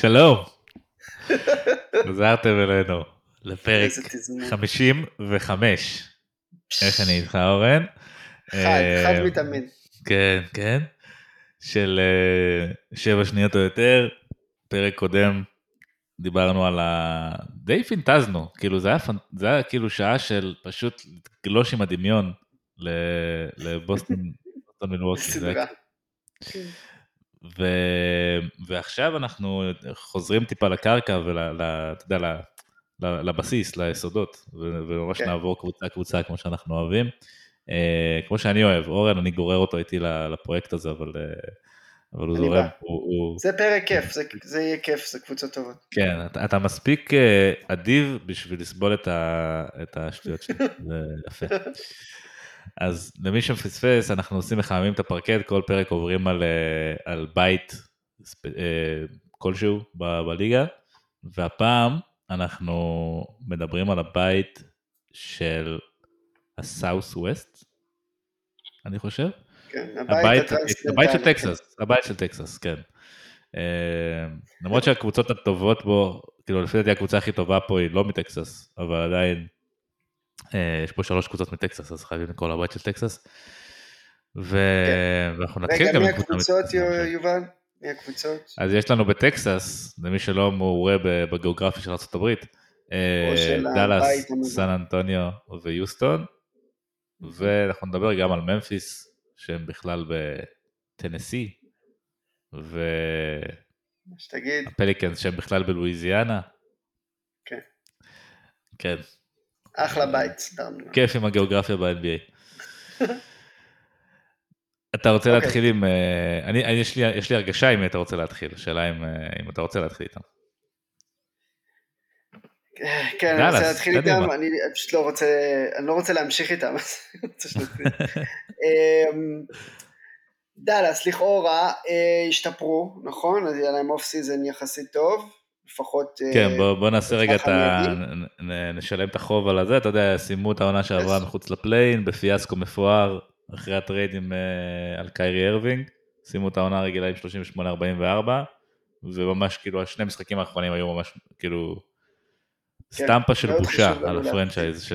שלום, חזרתם אלינו לפרק איזה תזמון. 55. איך אני איתך אורן? חד מתאמן. כן, כן. של 7 שניות או יותר. פרק קודם דיברנו על די פינטזנו, כאילו זה היה כאילו שעה של פשוט לגלוש עם הדמיון לבוסטון מילווקי. סדרה. כן. ועכשיו אנחנו חוזרים טיפה לקרקע לבסיס, ליסודות, וממש כן. נעבור קבוצה כמו שאנחנו אוהבים. כמו שאני אוהב, אורן, אני גורר אותו איתי לפרויקט הזה, אבל הוא אני זורם. בא. זה פרק כיף, זה יהיה כיף, זה קבוצות טובות. כן, אתה מספיק אדיב בשביל לסבול את השטויות שלי, זה יפה. אז למי שמפספס, אנחנו עושים מחממים את הפרקט, כל פרק עוברים על בית כלשהו בליגה, והפעם אנחנו מדברים על הבית של הסאוס ווסט, אני חושב. כן, הבית של טקסס, הבית של טקסס, כן. למרות שהקבוצות הטובות בו, כאילו לפי דעתי הקבוצה הכי טובה פה היא לא מטקסס, אבל עדיין יש פה 3 קבוצות מטקסס, אז חייבים לקרוא לבית של טקסס. ואנחנו נתחיל גם רגע, מי הקבוצות, יובל? מי הקבוצות? אז יש לנו בטקסס, למי שלא מעורה בגיאוגרפיה של ארצות הברית, דלס, סן אנטוניו ויוסטון, ואנחנו נדבר גם על ממפיס, שהם בכלל בטנסי, והפליקנס שהם בכלל בלואיזיאנה. כן. כן. אחלה בית. כיף עם הגיאוגרפיה ב-NBA. אתה רוצה להתחיל עם... יש לי הרגשה אם אתה רוצה להתחיל, השאלה אם אתה רוצה להתחיל איתם. כן, אני רוצה להתחיל איתם, אני פשוט לא רוצה, אני לא רוצה להמשיך איתם, אז אני רוצה שנתחיל. דלס, לכאורה, השתפרו, אז היה להם אוף סיזן יחסית טוב, לפחות... כן, בוא נעשה רגע נשלם את החוב על הזה, אתה יודע, שימו את העונה שעברה מחוץ לפליין, בפיאסקו מפואר, אחרי הטריידים על קיירי ארווינג, שימו את העונה הרגילה עם 38-44, וממש כאילו השני משחקים האחרונים היו ממש כאילו סטמפה של בושה על הפרנצ'ייז,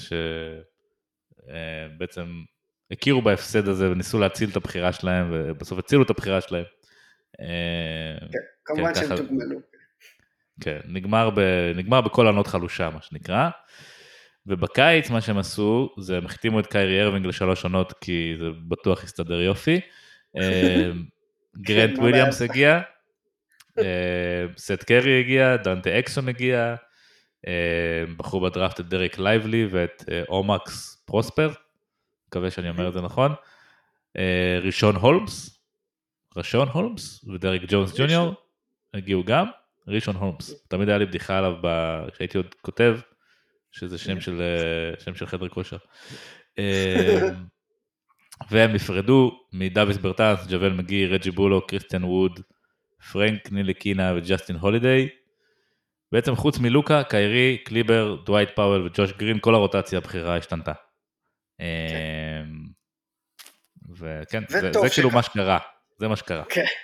שבעצם הכירו בהפסד הזה וניסו להציל את הבחירה שלהם, ובסוף הצילו את הבחירה שלהם. כן, כמובן שהם תוגמלו. כן, נגמר בכל עונות חלושה, מה שנקרא. ובקיץ מה שהם עשו, זה הם החתימו את קיירי ארווינג ל3 עונות, כי זה בטוח יסתדר יופי. גרנט וויליאמס הגיע, סט קרי הגיע, דנטה אקסון הגיע, בחרו בדראפט את דריק לייבלי ואת אומקס פרוספר, מקווה שאני אומר את זה נכון, ראשון הולמס ודריק ג'ונס ג'וניור הגיעו גם, ראשון הולמס, תמיד היה לי בדיחה עליו כשהייתי עוד כותב, שזה שם של חדר כושר. והם נפרדו מדוויס ברטנס, ג'וול מגי, רג'י בולו, קריסטיאן ווד, פרנק ניליקינה וג'סטין הולידיי. בעצם חוץ מלוקה, קיירי, קליבר, דווייט פאוול וג'וש גרין, כל הרוטציה הבחירה השתנתה. וכן, זה כאילו מה שקרה, זה מה שקרה.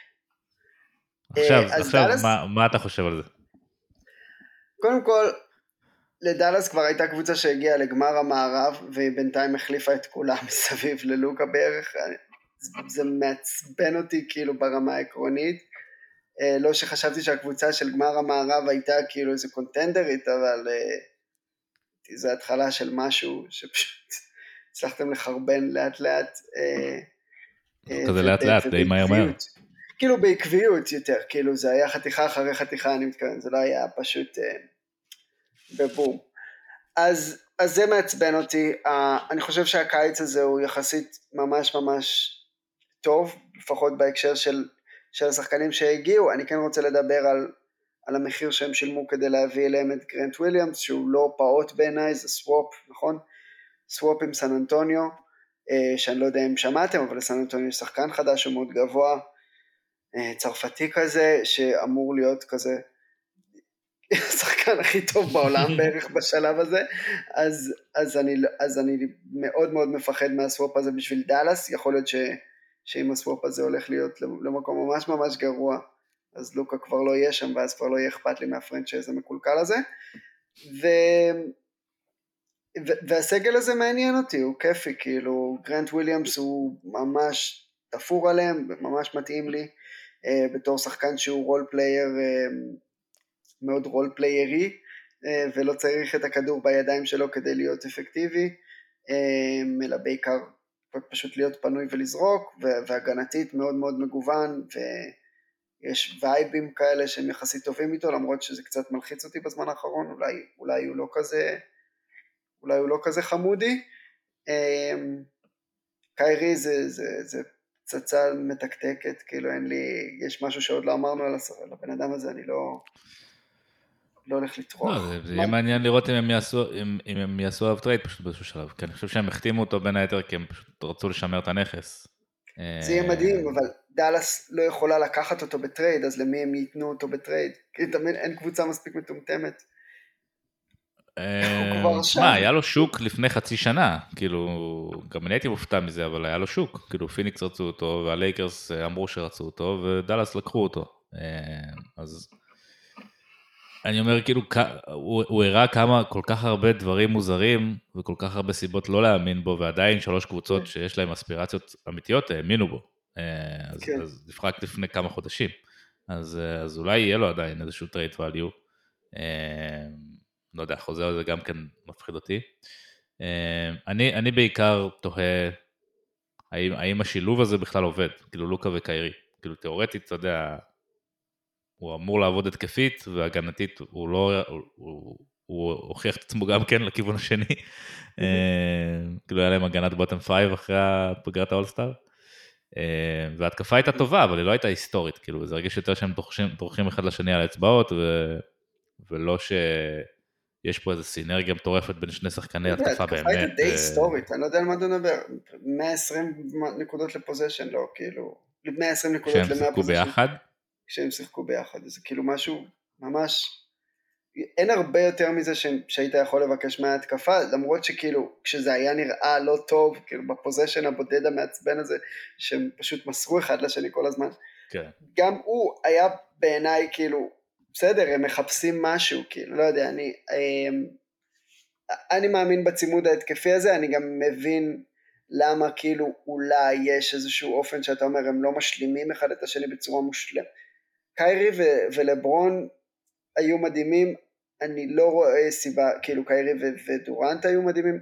עכשיו, מה אתה חושב על זה? קודם כל, לדלס כבר הייתה קבוצה שהגיעה לגמר המערב, והיא בינתיים החליפה את כולם מסביב ללוקה בערך, זה מעצבן אותי כאילו ברמה העקרונית, לא שחשבתי שהקבוצה של גמר המערב הייתה כאילו איזה קונטנדרית, אבל זה התחלה של משהו שפשוט הצלחתם לחרבן לאט לאט. כזה לאט לאט, די מהר. כאילו בעקביות יותר, כאילו זה היה חתיכה אחרי חתיכה, אני מתכוון, זה לא היה פשוט בבום. אז זה מעצבן אותי, אני חושב שהקיץ הזה הוא יחסית ממש ממש טוב, לפחות בהקשר של השחקנים שהגיעו. אני כן רוצה לדבר על המחיר שהם שילמו כדי להביא אליהם את גרנט וויליאמס, שהוא לא פעוט בעיניי, זה סוואפ, נכון? סוואפ עם סן אנטוניו, שאני לא יודע אם שמעתם, אבל לסן אנטוניו יש שחקן חדש ומאוד גבוה, צרפתי כזה, שאמור להיות כזה, השחקן הכי טוב בעולם בערך בשלב הזה, אז אני מאוד מאוד מפחד מהסוואפ הזה בשביל דלס, יכול להיות שאם הסוואפ הזה הולך להיות למקום ממש ממש גרוע, אז לוקה כבר לא יהיה שם, ואז כבר לא יהיה אכפת לי מהפרנצ'ייז המקולקל הזה, והסגל הזה מעניין אותי, הוא כיפי, כאילו, גרנט וויליאמס הוא ממש תפור עליהם, ממש מתאים לי, בתור שחקן שהוא רול פלייר, מאוד רול פליירי, ולא צריך את הכדור בידיים שלו כדי להיות אפקטיבי, אלא בעיקר פשוט להיות פנוי ולזרוק, והגנתית מאוד מאוד מגוון, ויש וייבים כאלה שהם יחסית טובים איתו, למרות שזה קצת מלחיץ אותי בזמן האחרון, אולי הוא לא כזה חמודי. קיירי זה פצצה מתקתקת, כאילו יש משהו שעוד לא אמרנו על הבן אדם הזה, אני לא הולך לטרוח. זה יהיה מעניין לראות אם הם יעשו עליו טרייד פשוט באיזשהו שלב, כי אני חושב שהם החתימו אותו בין היתר, כי הם פשוט רצו לשמר את הנכס. זה יהיה מדהים, אבל דאלאס לא יכולה לקחת אותו בטרייד, אז למי הם ייתנו אותו בטרייד? כי תמיד אין קבוצה מספיק מטומטמת. מה, היה לו שוק לפני חצי שנה, כאילו, גם אני הייתי מופתע מזה, אבל היה לו שוק, כאילו פיניקס רצו אותו, והלייקרס אמרו שרצו אותו, ודאלאס לקחו אותו, אז אני אומר, כאילו, הוא הראה כמה כל כך הרבה דברים מוזרים, וכל כך הרבה סיבות לא להאמין בו, ועדיין 3 קבוצות שיש להם אספירציות אמיתיות, האמינו בו, אז רק לפני כמה חודשים, אז אולי יהיה לו עדיין איזשהו טרייד ואליו, לא יודע, חוזר על זה גם כן מפחיד אותי. אני בעיקר תוהה, האם השילוב הזה בכלל עובד, כאילו לוקה וקיירי, כאילו תיאורטית, אתה יודע, הוא אמור לעבוד התקפית, והגנתית הוא לא, הוא הוכיח את עצמו גם כן לכיוון השני, כאילו היה להם הגנת בוטם 5 אחרי פגרת האולסטאר, וההתקפה הייתה טובה, אבל היא לא הייתה היסטורית, כאילו, זה הרגיש יותר שהם דורכים אחד לשני על האצבעות, ולא שיש פה איזו סינרגיה מטורפת בין שני שחקני התקפה באמת. התקפה הייתה די היסטורית, אני לא יודע על מה אתה מדבר, 120 נקודות לפוזיישן, לא, כאילו, 120 נקודות ל-100 פוזיישן. כשהם שיחקו ביחד? כשהם שיחקו ביחד, זה כאילו משהו ממש, אין הרבה יותר מזה שהיית יכול לבקש מההתקפה, למרות שכאילו, כשזה היה נראה לא טוב, כאילו בפוזיישן הבודד המעצבן הזה, שהם פשוט מסרו אחד לשני כל הזמן, כן. גם הוא היה בעיניי כאילו, בסדר, הם מחפשים משהו, כאילו, לא יודע, אני מאמין בצימוד ההתקפי הזה, אני גם מבין למה כאילו אולי יש איזשהו אופן שאתה אומר, הם לא משלימים אחד את השני בצורה מושלמת. קיירי ולברון היו מדהימים, אני לא רואה סיבה, כאילו קיירי ודורנט היו מדהימים,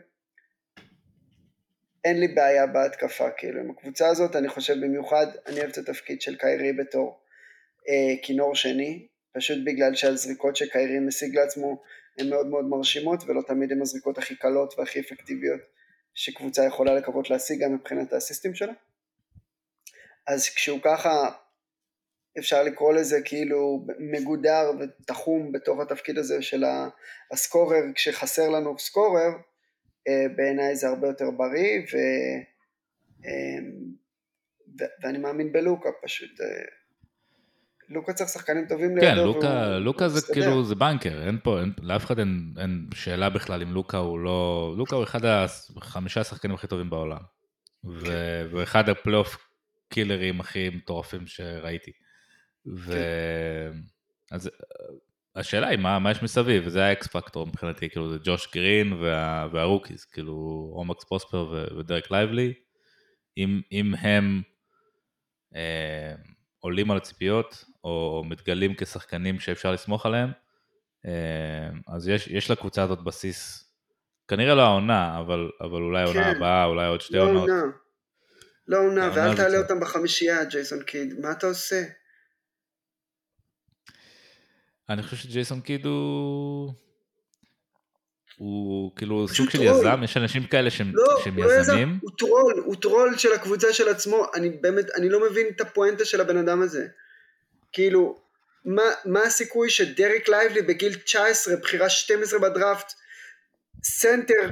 אין לי בעיה בהתקפה, כאילו, עם הקבוצה הזאת, אני חושב במיוחד, אני אוהב את התפקיד של קיירי בתור כינור שני, פשוט בגלל שהזריקות שקיירי משיג לעצמו, הן מאוד מאוד מרשימות, ולא תמיד הן הזריקות הכי קלות והכי אפקטיביות, שקבוצה יכולה לקוות להשיג גם מבחינת האסיסטים שלה. אז כשהוא ככה, אפשר לקרוא לזה כאילו מגודר ותחום בתוך התפקיד הזה של הסקורר, כשחסר לנו סקורר, בעיניי זה הרבה יותר בריא, ואני מאמין בלוקה פשוט, לוקה צריך שחקנים טובים לידו. כן, לוקה זה כאילו, זה בנקר, אין פה, לאף אחד אין שאלה בכלל אם לוקה הוא לא, לוקה הוא אחד 5 השחקנים הכי טובים בעולם, ואחד הפלייאוף קילרים הכי מטורפים שראיתי, אז השאלה היא מה יש מסביב, וזה האקס פקטור מבחינתי, כאילו זה ג'וש גרין והרוקיז, כאילו רומקס פרוספר ודרק לייבלי, אם הם עולים על הציפיות, או מתגלים כשחקנים שאפשר לסמוך עליהם, אז יש לקבוצה הזאת בסיס, כנראה לא העונה, אבל אולי העונה הבאה, אולי עוד 2 עונות. לא עונה, ואל תעלה אותם בחמישייה, ג'ייסון קיד, מה אתה עושה? אני חושב שג'ייסון קיד הוא כאילו סוג של יזם, יש אנשים כאלה שהם יזמים. הוא טרול של הקבוצה של עצמו, אני לא מבין את הפואנטה של הבן אדם הזה. כאילו, מה הסיכוי שדריק לייבלי בגיל 19, בחירה 12 בדראפט, סנטר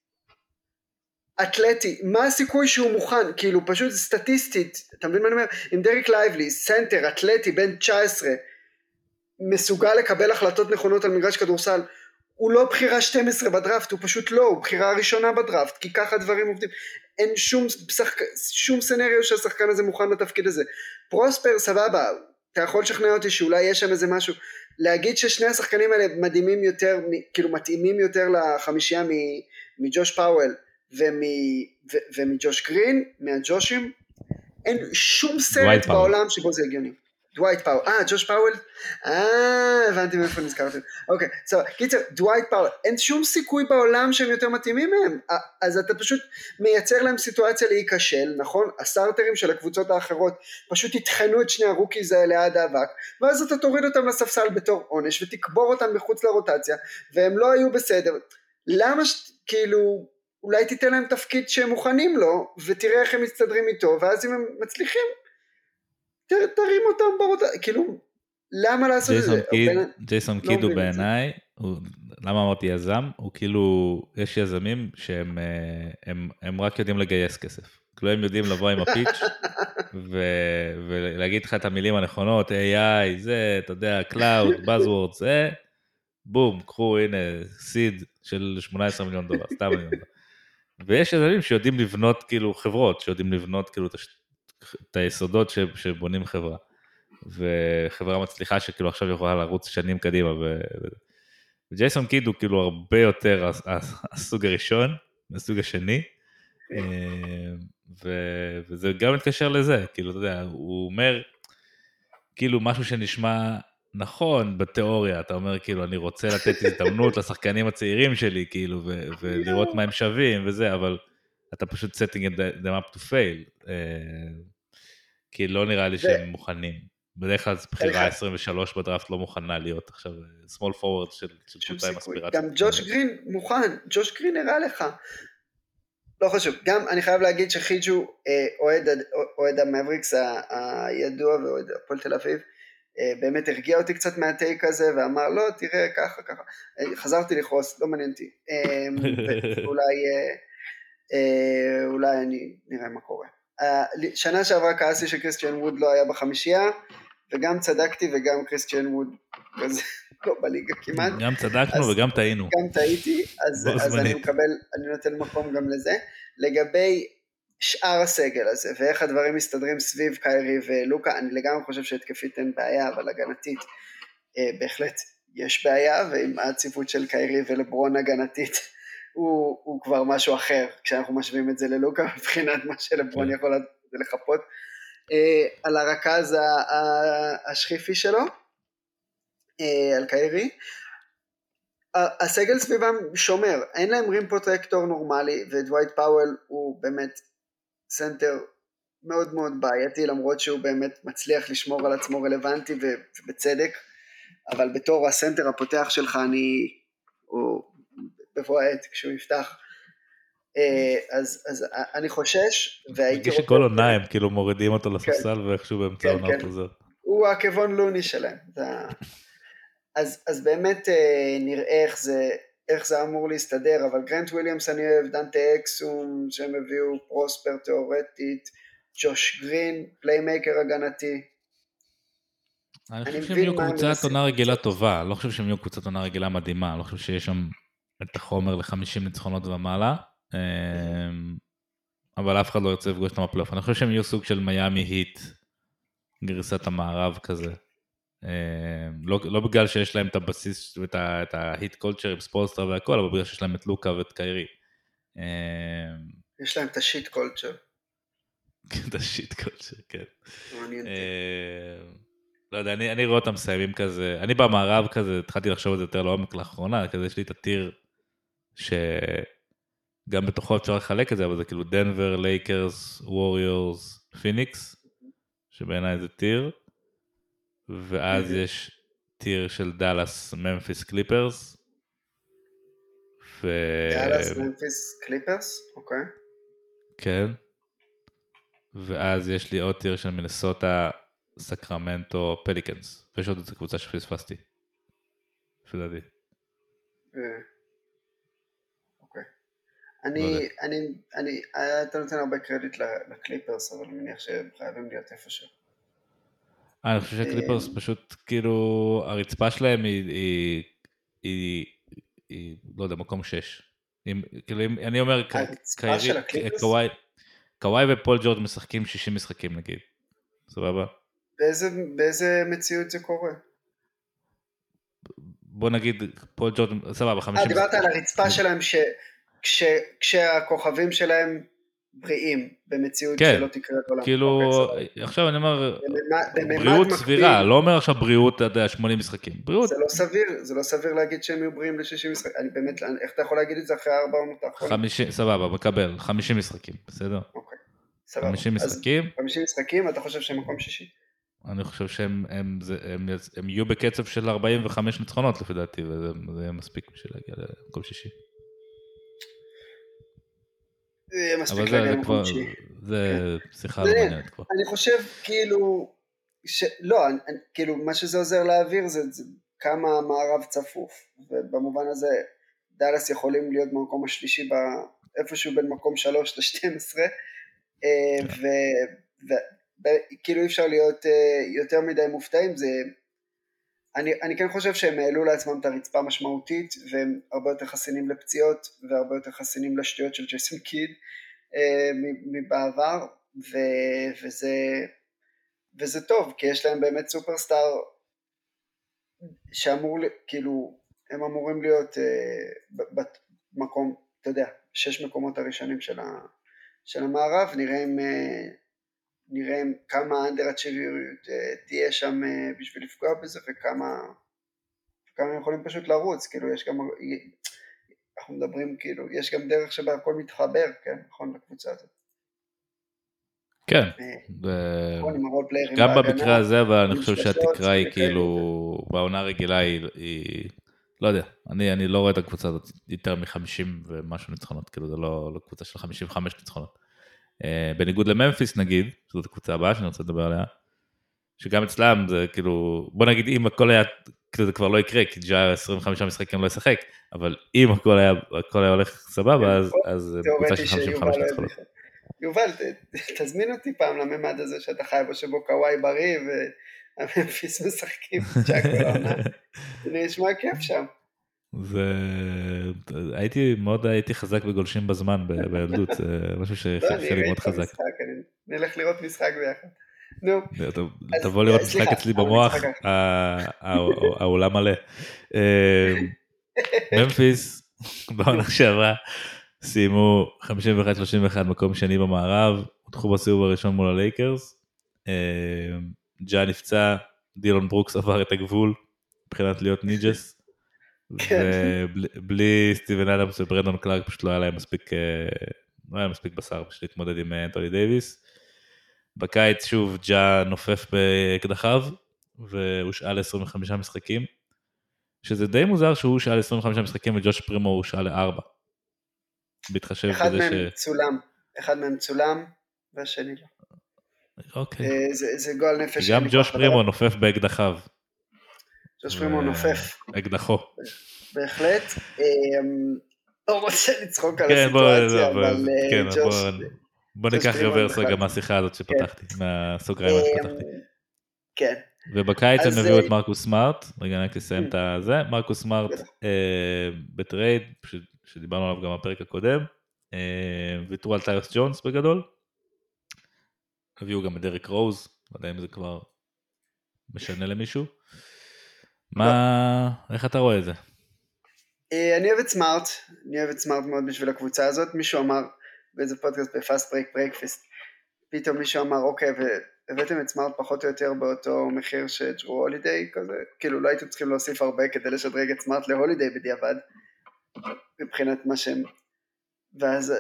אתלטי, מה הסיכוי שהוא מוכן, כאילו פשוט סטטיסטית, אתה מבין מה אני אומר? אם דריק לייבלי, סנטר אתלטי בן 19, מסוגל לקבל החלטות נכונות על מגרש כדורסל, הוא לא בחירה 12 בדראפט, הוא פשוט לא, הוא בחירה ראשונה בדראפט, כי ככה דברים עובדים, אין שום סנריו שהשחקן הזה מוכן לתפקיד הזה. פרוספר סבבה, אתה יכול לשכנע אותי שאולי יש שם איזה משהו, להגיד ששני השחקנים האלה מדהימים יותר, כאילו מתאימים יותר לחמישייה מג'וש פאוול ומג'וש גרין, מהג'ושים, אין שום סרט בעולם שבו זה הגיוני. דווייט פאוול, ג'וש פאוול, הבנתי מאיפה נזכרתי, אוקיי, קיצר, דווייט פאוול, אין שום סיכוי בעולם שהם יותר מתאימים מהם, אז אתה פשוט מייצר להם סיטואציה להיכשל, נכון? הסטארטרים של הקבוצות האחרות פשוט יטחנו את שני הרוקיז האלה עד האבק, ואז אתה תוריד אותם לספסל בתור עונש, ותקבור אותם מחוץ לרוטציה, והם לא היו בסדר, למה כאילו, אולי תיתן להם תפקיד שהם מוכנים לו, ותראה איך הם מסתדרים איתו, ואז אם הם מצליחים, תרים אותם ברוטציה, כאילו, למה לעשות את זה? ג'ייסון קיד הוא בעיניי, למה אמרתי יזם? הוא כאילו, יש יזמים שהם רק יודעים לגייס כסף. כאילו הם יודעים לבוא עם הפיץ' ולהגיד לך את המילים הנכונות, AI, זה, אתה יודע, Cloud, Buzzwords, זה, בום, קחו, הנה, סיד של $18 מיליון, סתם אני אומר. ויש יזמים שיודעים לבנות כאילו חברות, שיודעים לבנות כאילו את היסודות שבונים חברה. וחברה מצליחה שכאילו עכשיו יכולה לרוץ שנים קדימה, וג'ייסון קיד הוא כאילו הרבה יותר הסוג הראשון, הסוג השני, וזה גם מתקשר לזה, כאילו אתה יודע, הוא אומר, כאילו משהו שנשמע נכון בתיאוריה, אתה אומר כאילו אני רוצה לתת הזדמנות לשחקנים הצעירים שלי, כאילו, ולראות מה הם שווים וזה, אבל אתה פשוט setting them up to fail, כי לא נראה לי שהם מוכנים. בדרך כלל בחירה 23 בדראפט לא מוכנה להיות עכשיו small forward של קבוצה עם אספירציות. גם ג'וש גרין מוכן, ג'וש גרין הראה לך. לא חשוב, גם אני חייב להגיד שחיג'ו אוהד המבריקס הידוע ואוהד הפועל תל אביב, באמת הרגיע אותי קצת מהטייק הזה ואמר לא תראה ככה ככה, חזרתי לכעוס, לא מעניין אותי, אולי אני נראה מה קורה. שנה שעברה כעסי שקריסטיאן ווד לא היה בחמישייה, וגם צדקתי וגם קריסטיאן ווד לא בליגה כמעט. גם צדקנו וגם טעינו. גם טעיתי, אז אני מקבל, אני נותן מקום גם לזה. לגבי שאר הסגל הזה, ואיך הדברים מסתדרים סביב קיירי ולוקה, אני לגמרי חושב שהתקפית אין בעיה, אבל הגנתית בהחלט יש בעיה, ועם העציפות של קיירי ולברון הגנתית, הוא כבר משהו אחר, כשאנחנו משווים את זה ללוקה, מבחינת מה שלברון יכול לחפות, על הרכז השכיפי שלו, על קיירי, הסגל סביבם שומר, אין להם רים פרוטקטור נורמלי, ודווייט פאוול הוא באמת סנטר מאוד מאוד בעייתי, למרות שהוא באמת מצליח לשמור על עצמו רלוונטי ובצדק, אבל בתור הסנטר הפותח שלך הוא בבוא העת כשהוא יפתח, אז אני חושש, מרגיש שכל עונה הם כאילו מורידים אותו לספסל ואיכשהו באמצע עונה חוזר. הוא הכיוון לוני שלהם, אז באמת נראה איך זה אמור להסתדר, אבל גרנט וויליאמס אני אוהב, דנטה אקסום שהם הביאו, פרוספר תיאורטית, ג'וש גרין, פליימייקר הגנתי. אני חושב שהם יהיו קבוצת עונה רגילה טובה, לא חושב שהם יהיו קבוצת עונה רגילה מדהימה, לא חושב שיש שם את החומר ל50 ניצחונות ומעלה, אבל אף אחד לא ירצה לפגוש אותם בפלייאוף. אני חושב שהם יהיו סוג של מיאמי היט, גרסת המערב כזה. לא בגלל שיש להם את הבסיס ואת ההיט קולצ'ר עם ספולסטרה והכל, אבל בגלל שיש להם את לוקה ואת קיירי. יש להם את השיט קולצ'ר. את השיט קולצ'ר, כן. לא יודע, אני רואה אותם מסיימים כזה, אני במערב כזה, התחלתי לחשוב את זה יותר לעומק לאחרונה, כזה יש לי את הטיר שגם בתוכו אפשר לחלק את זה, אבל זה כאילו דנבר, לייקרס, ווריורס, פיניקס, שבעיניי זה טיר, ואז יש טיר של דאלאס, ממפיס, קליפרס. דאלאס, ממפיס, קליפרס? אוקיי. כן. ואז יש לי עוד טיר של מינסוטה, סקרמנטו, פליקנס. ויש עוד איזו קבוצה שפספסתי. לפי אוקיי. אתה נותן הרבה קרדיט לקליפרס, אבל אני מניח שהם חייבים להיות איפשהו. אני חושב שהקליפרס פשוט, כאילו, הרצפה שלהם היא לא יודע, מקום 6. כאילו, אני אומר, קוואי ופול ג'ורג' משחקים 60 משחקים, נגיד. סבבה? באיזה מציאות זה קורה? בוא נגיד, פול ג'ורג', סבבה, 50... דיברת על הרצפה שלהם כשהכוכבים שלהם בריאים, במציאות כן, שלא תקרה בעולם. כאילו, עכשיו אני אומר, בממד בריאות מקביל, סבירה, לא אומר עכשיו בריאות, אתה יודע, 80 משחקים, בריאות... זה לא סביר להגיד שהם יהיו בריאים ל-60 משחקים, אני באמת, איך אתה יכול להגיד את זה אחרי 4 עונות האחרונות? 50, סבבה, מקבל, 50 משחקים, בסדר? אוקיי, סבבה. 50 אז משחקים, 50 משחקים, אתה חושב שהם מקום שישי? אני חושב שהם יהיו בקצב של 45 ניצחונות לפי דעתי, וזה יהיה מספיק בשביל להגיע למקום שישי. זה יהיה מספיק אבל להגיע זה למקום כבר, שישי. זה שיחה לא מעניינת כבר. אני חושב כאילו, לא, כאילו מה שזה עוזר להעביר זה כמה המערב צפוף, ובמובן הזה דאלאס יכולים להיות במקום השלישי איפשהו בין מקום 3 ל-12, וכאילו אי אפשר להיות יותר מדי מופתעים, אני כן חושב שהם העלו לעצמם את הרצפה משמעותית, והם הרבה יותר חסינים לפציעות, והרבה יותר חסינים לשטויות של ג'ייסון קיד מבעבר, וזה טוב, כי יש להם באמת סופרסטאר שאמור, כאילו, הם אמורים להיות במקום, אתה יודע, 6 מקומות הראשונים של המערב, נראה כמה אנדר-אצ'יביות תהיה שם בשביל לפגוע בזה, וכמה הם יכולים פשוט לרוץ, כאילו יש גם, אנחנו מדברים כאילו, יש גם דרך שבה הכל מתחבר, כן, נכון, לקבוצה הזאת. כן, גם במקרה הזה, אבל אני חושב שהתקרה היא כאילו, בעונה הרגילה היא, לא יודע, אני לא רואה את הקבוצה הזאת יותר מ-50 ומשהו ניצחונות, כאילו זה לא קבוצה של 55 ניצחונות. בניגוד לממפיס נגיד, שזאת הקבוצה הבאה שאני רוצה לדבר עליה, שגם אצלם זה כאילו, בוא נגיד אם הכל היה, כאילו זה כבר לא יקרה, כי ג'ה 25 משחקים לא ישחק, אבל אם הכל היה הולך סבבה, אז קבוצה של 55 ניצחונות. יובל, תזמין אותי פעם לממד הזה שאתה חי בו, שבו קוואי בריא והממפיס משחקים צ'אקו לעונה. זה נשמע כיף שם. הייתי חזק בגולשים בזמן בילדות, זה משהו שחלחל לי מאוד חזק. נלך לראות משחק ביחד. נו. תבוא לראות משחק אצלי במוח, העולם מלא. ממפיס, בעונה שעברה, סיימו 51-31 מקום שני במערב, הודחו בסיבוב הראשון מול הלייקרס, ג'ה נפצע, דילון ברוקס עבר את הגבול, מבחינת להיות ניג'ס, ובלי סטיבן אדמס וברנדון קלארק פשוט לא היה להם מספיק בשר בשביל להתמודד עם אנתוני דייביס. בקיץ שוב ג'ה נופף באקדחיו, והושאל ל-25 משחקים, שזה די מוזר שהוא הושאל ל-25 משחקים וג'וש פרימו הושאל ל-4. בהתחשב בזה אחד מהם צולם, והשני לא. אוקיי. זה גועל נפש. גם ג'וש פרימו נופף באקדחיו. ג'וש פרימו נופף. אקדחו. בהחלט. לא רוצה לצחוק על הסיטואציה, אבל ג'וש... בוא ניקח רוורס רגע מהשיחה הזאת שפתחתי, מהסוגריים שפתחתי. כן. ובקיץ הם הביאו את מרקוס סמארט, רגע אני אסיים את זה, מרקוס סמארט בטרייד, שדיברנו עליו גם בפרק הקודם, ויתרו על טיירס ג'ונס בגדול, הביאו גם את דריק רוז, לא יודע אם זה כבר משנה למישהו. איך אתה רואה את זה? אני אוהב את סמארט מאוד בשביל הקבוצה הזאת, מישהו אמר באיזה פודקאסט בפאסט ברייק ברקפסט, פתאום מישהו אמר אוקיי, והבאתם את סמארט פחות או יותר באותו מחיר שג'רו הולידיי כזה, כאילו לא הייתם צריכים להוסיף הרבה כדי לשדרג את סמארט להולידיי בדיעבד, מבחינת מה שהם, ואז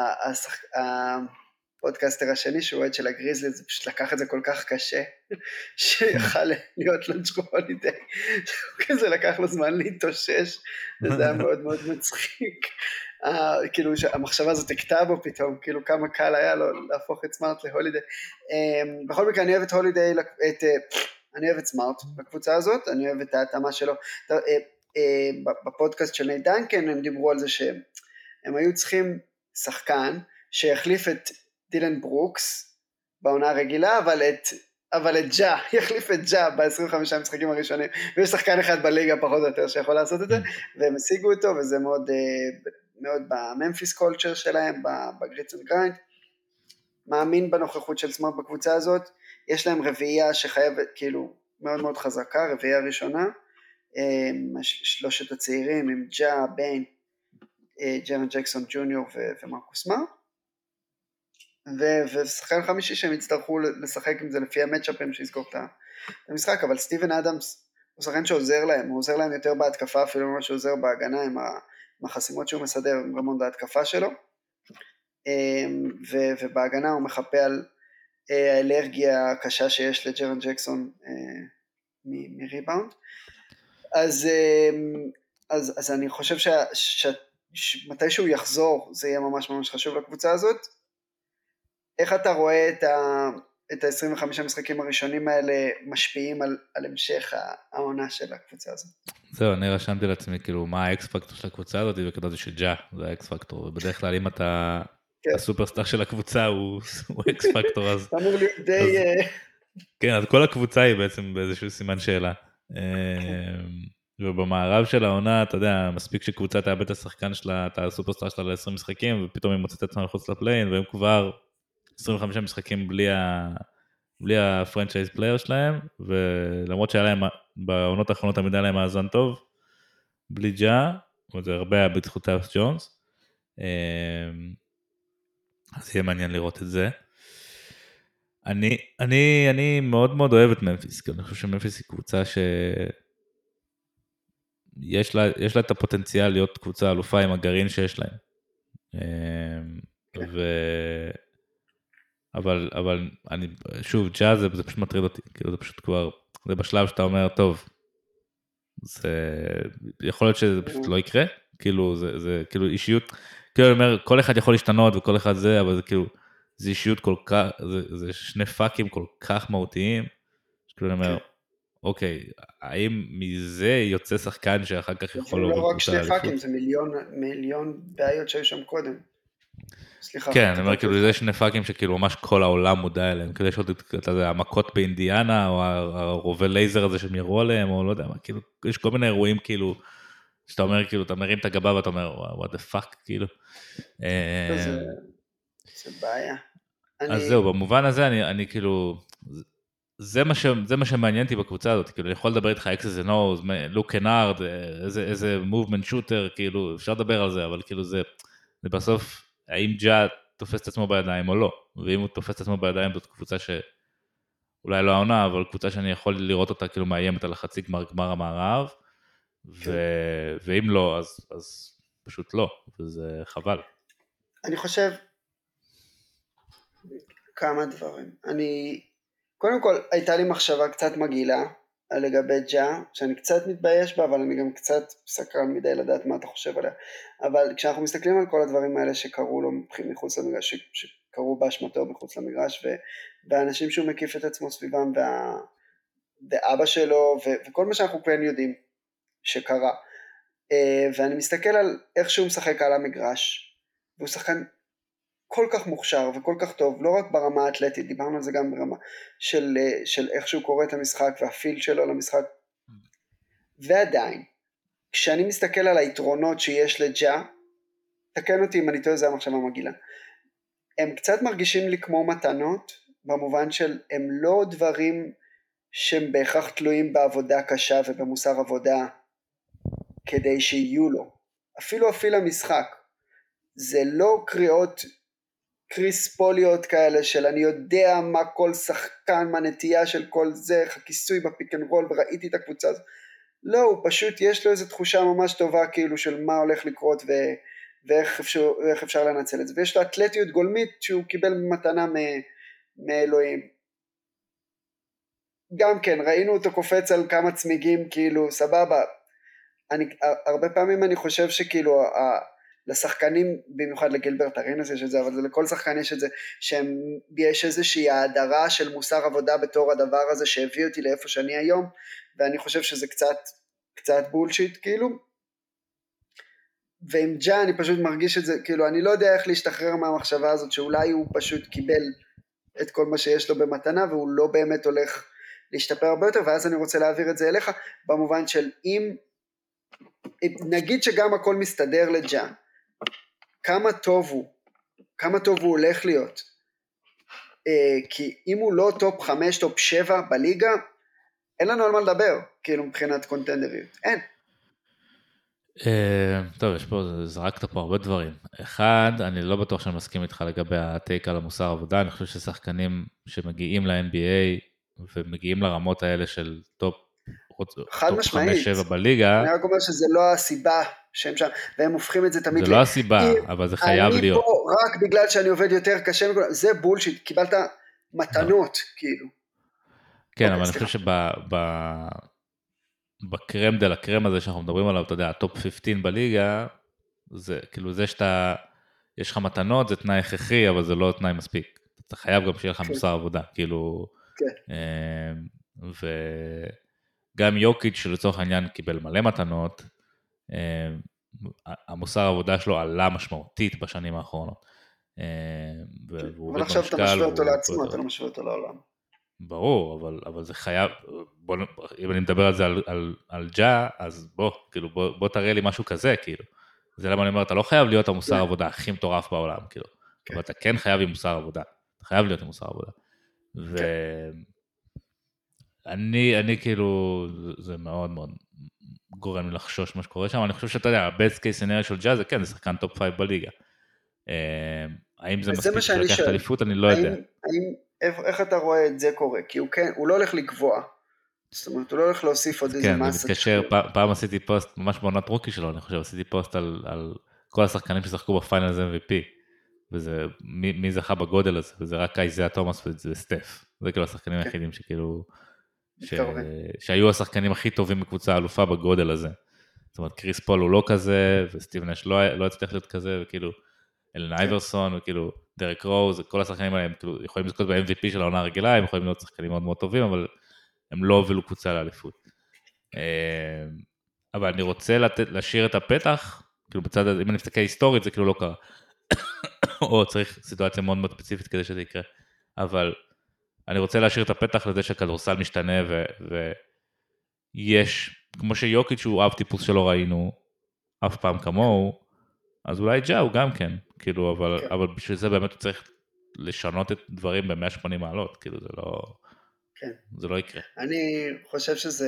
הפודקאסטר השני שהוא עד של הגריזלי, זה פשוט לקח את זה כל כך קשה, שיכל להיות לו ג'רו הולידיי, כזה לקח לו זמן להתאושש, וזה היה מאוד מאוד מצחיק, כאילו המחשבה הזאת הקטעה בו פתאום, כאילו כמה קל היה לו להפוך את סמארט להולידיי. בכל מקרה אני אוהב את הולידיי, אני אוהב את סמארט בקבוצה הזאת, אני אוהב את ההתאמה שלו. בפודקאסט של נייט דנקן הם דיברו על זה שהם היו צריכים שחקן שיחליף את דילן ברוקס בעונה הרגילה, אבל את ג'ה, יחליף את ג'ה ב-25 המשחקים הראשונים, ויש שחקן אחד בליגה פחות או יותר שיכול לעשות את זה, והם השיגו אותו, וזה מאוד בממפיס קולצ'ר שלהם, בגריץ אנד גריינד, מאמין בנוכחות של סמארט בקבוצה הזאת, יש להם רביעייה שחייבת, כאילו, מאוד מאוד חזקה, רביעייה ראשונה, שלושת הצעירים עם ג'ה, ביין, ג'רן ג'קסון ג'וניור ומרקוס מארט, ושחקן חמישי שהם יצטרכו לשחק עם זה לפי המצ'אפים שיסגור את המשחק, אבל סטיבן אדמס הוא שחקן שעוזר להם, הוא עוזר להם יותר בהתקפה אפילו ממה שעוזר בהגנה עם החסימות שהוא מסדר עם רמון בהתקפה שלו, ובהגנה הוא מחפה על האלרגיה הקשה שיש לג'רן ג'קסון מריבאונד, אז אני חושב שמתי שהוא יחזור זה יהיה ממש ממש חשוב לקבוצה הזאת. איך אתה רואה את ה-25 המשחקים הראשונים האלה משפיעים על המשך העונה של הקבוצה הזאת? זהו, אני רשמתי לעצמי כאילו מה האקס פקטור של הקבוצה הזאת, וכתבתי שג'ה זה האקס פקטור, ובדרך כלל אם אתה הסופרסטאר של הקבוצה הוא אקס פקטור, אז אמור להיות די... כן, אז כל הקבוצה היא בעצם באיזשהו סימן שאלה. ובמערב של העונה, אתה יודע, מספיק שקבוצה תאבד את השחקן שלה, את הסופרסטאר שלה ל-20 משחקים, ופתאום היא מוצאת את עצמה מחוץ לפליין, והם כבר 25 משחקים בלי הפרנצ'ייז פלייר שלהם, ולמרות שהיה להם, בעונות האחרונות תמיד היה להם מאזן טוב, בלי ג'ה, וזה הרבה היה בזכות טאוס ג'ונס, אז יהיה מעניין לראות את זה. אני מאוד מאוד אוהב את ממפיס, כי אני חושב שממפיס היא קבוצה יש לה את הפוטנציאל להיות קבוצה אלופה עם הגרעין שיש להם. אבל אני, שוב, ג'אז זה פשוט מטריד אותי, כאילו זה פשוט כבר, זה בשלב שאתה אומר, טוב, זה, יכול להיות שזה פשוט לא יקרה, כאילו זה כאילו אישיות, כאילו אני אומר, כל אחד יכול להשתנות וכל אחד זה, אבל זה כאילו, זה אישיות כל כך, זה שני פאקים כל כך מהותיים, שכאילו אני אומר, אוקיי, האם מזה יוצא שחקן שאחר כך יכול להוביל? לא רק שני פאקים, זה מיליון בעיות שהיו שם קודם. סליחה. כן, אני אומר, כאילו, זה שני פאקים שכאילו ממש כל העולם מודע אליהם, כאילו יש עוד את המכות באינדיאנה, או הרובה לייזר הזה שהם יראו עליהם, או לא יודע מה, כאילו, יש כל מיני אירועים, כאילו, שאתה אומר, כאילו, אתה מרים את הגבה ואתה אומר, what the fuck, כאילו. זה בעיה. אז זהו, במובן הזה, אני כאילו, זה מה שמעניין אותי בקבוצה הזאת, כאילו, אני יכול לדבר איתך אקסס ונוז, לוק קנארד, איזה מובמנט שוטר, כאילו, אפשר לדבר על זה, אבל כאילו זה בסוף, האם ג'ה תופס את עצמו בידיים או לא, ואם הוא תופס את עצמו בידיים, זאת קבוצה שאולי לא העונה, אבל קבוצה שאני יכול לראות אותה כאילו מאיימת על החצי גמר המערב, ואם לא, אז פשוט לא, וזה חבל. אני חושב כמה דברים. קודם כל, הייתה לי מחשבה קצת מגעילה לגבי ג'ה, שאני קצת מתבייש בה, אבל אני גם קצת סקרן מדי לדעת מה אתה חושב עליה. אבל כשאנחנו מסתכלים על כל הדברים האלה שקרו לו מחוץ למגרש, שקרו באשמתו מחוץ למגרש, והאנשים שהוא מקיף את עצמו סביבם, ואבא שלו, וכל מה שאנחנו כן יודעים שקרה. ואני מסתכל על איך שהוא משחק על המגרש, והוא שחקן כל כך מוכשר וכל כך טוב, לא רק ברמה האתלטית, דיברנו על זה גם ברמה של איך שהוא קורא את המשחק והפיל שלו למשחק, ועדיין, כשאני מסתכל על היתרונות שיש לג'ה, תקן אותי אם אני טועה, זה המחשבה מגעילה, הם קצת מרגישים לי כמו מתנות, במובן של הם לא דברים שהם בהכרח תלויים בעבודה קשה ובמוסר עבודה, כדי שיהיו לו, אפילו המשחק, זה לא קריאות קריספוליות כאלה של אני יודע מה כל שחקן, מה נטייה של כל זה, איך הכיסוי בפיק אנד רול וראיתי את הקבוצה הזאת, לא, הוא פשוט יש לו איזו תחושה ממש טובה כאילו של מה הולך לקרות ואיך אפשר לנצל את זה, ויש לו אתלטיות גולמית שהוא קיבל מתנה מאלוהים. גם כן, ראינו אותו קופץ על כמה צמיגים כאילו, סבבה, הרבה פעמים אני חושב שכאילו לשחקנים, במיוחד לגילברט ארינס יש את זה, אבל לכל שחקן יש את זה, שיש איזושהי ההדרה של מוסר עבודה בתור הדבר הזה שהביא אותי לאיפה שאני היום, ואני חושב שזה קצת בולשיט כאילו, ועם ג'ה אני פשוט מרגיש את זה, כאילו אני לא יודע איך להשתחרר מהמחשבה הזאת, שאולי הוא פשוט קיבל את כל מה שיש לו במתנה, והוא לא באמת הולך להשתפר הרבה יותר, ואז אני רוצה להעביר את זה אליך, במובן של אם נגיד שגם הכל מסתדר לג'ה, כמה טוב הוא הולך להיות, כי אם הוא לא טופ 5, טופ 7 בליגה, אין לנו על מה לדבר, כאילו מבחינת קונטנדריות, אין. טוב, יש פה, זרקת פה הרבה דברים. אחד, אני לא בטוח שאני מסכים איתך לגבי הטייק על המוסר עבודה, אני חושב ששחקנים שמגיעים ל-NBA ומגיעים לרמות האלה של טופ חד משמעית, 5-7 בליגה, אני רק אומר שזה לא הסיבה שהם שם, והם הופכים את זה תמיד זה לא הסיבה, אבל זה חייב אני להיות. פה רק בגלל שאני עובד יותר קשה, זה בולשיט, קיבלת מתנות, כאילו. כן, אבל אני חושב בקרם דה לקרם הזה שאנחנו מדברים עליו, אתה יודע, הטופ 15 בליגה, זה כאילו זה שאתה, יש לך מתנות, זה תנאי הכרחי, אבל זה לא תנאי מספיק. אתה חייב גם שיהיה לך מוסר עבודה, כאילו, וגם יוקיץ' שלצורך העניין קיבל מלא מתנות, המוסר העבודה שלו עלה משמעותית בשנים האחרונות. אבל עכשיו אתה משווה אותו לעצמו, אתה לא משווה אותו לעולם. ברור, אבל זה חייב, אם אני מדבר על זה על ג'ה, אז בוא תראה לי משהו כזה, כאילו. זה למה אני אומר, אתה לא חייב להיות המוסר עבודה הכי מטורף בעולם, כאילו. אבל אתה כן חייב עם מוסר עבודה. אתה חייב להיות עם מוסר עבודה. ואני כאילו, זה מאוד מאוד גורם לי לחשוש מה שקורה שם, אני חושב שאתה יודע, ה-best case scenario של ג'ה זה כן, זה שחקן טופ 5 בליגה. האם זה מספיק בשביל לקחת את האליפות, אני לא יודע. איך אתה רואה את זה קורה? כי הוא לא הולך לקבוע. זאת אומרת, הוא לא הולך להוסיף עוד איזה מסה. כן, זה מתקשר, פעם עשיתי פוסט, ממש בעונת רוקי שלו, אני חושב, עשיתי פוסט על כל השחקנים ששחקו בפיינלס MVP, וזה, מי זכה בגודל הזה, וזה רק איזיה תומאס וסטף. זה כאילו השחקנים היחידים שכאילו, שהיו השחקנים הכי טובים בקבוצה האלופה בגודל הזה. זאת אומרת, קריס פול הוא לא כזה, וסטיב נש לא הצליח להיות כזה, וכאילו, אלן אייברסון, וכאילו, דרק רוז, כל השחקנים האלה, הם כאילו, יכולים לזכות ב-MVP של העונה הרגילה, הם יכולים להיות שחקנים מאוד מאוד טובים, אבל הם לא הובילו קבוצה לאליפות. אבל אני רוצה להשאיר את הפתח, כאילו בצד, אם אני מסתכל היסטורית, זה כאילו לא קרה. או צריך סיטואציה מאוד מאוד ספציפית כדי שזה יקרה. אבל אני רוצה להשאיר את הפתח לזה שהכדורסל משתנה, ויש, כמו שיוקיץ' הוא אב טיפוס שלא ראינו אף פעם כמוהו, אז אולי ג'ה הוא גם כן, כאילו, אבל בשביל זה באמת הוא צריך לשנות את דברים ב-180 מעלות, כאילו זה לא... זה לא יקרה. אני חושב שזה,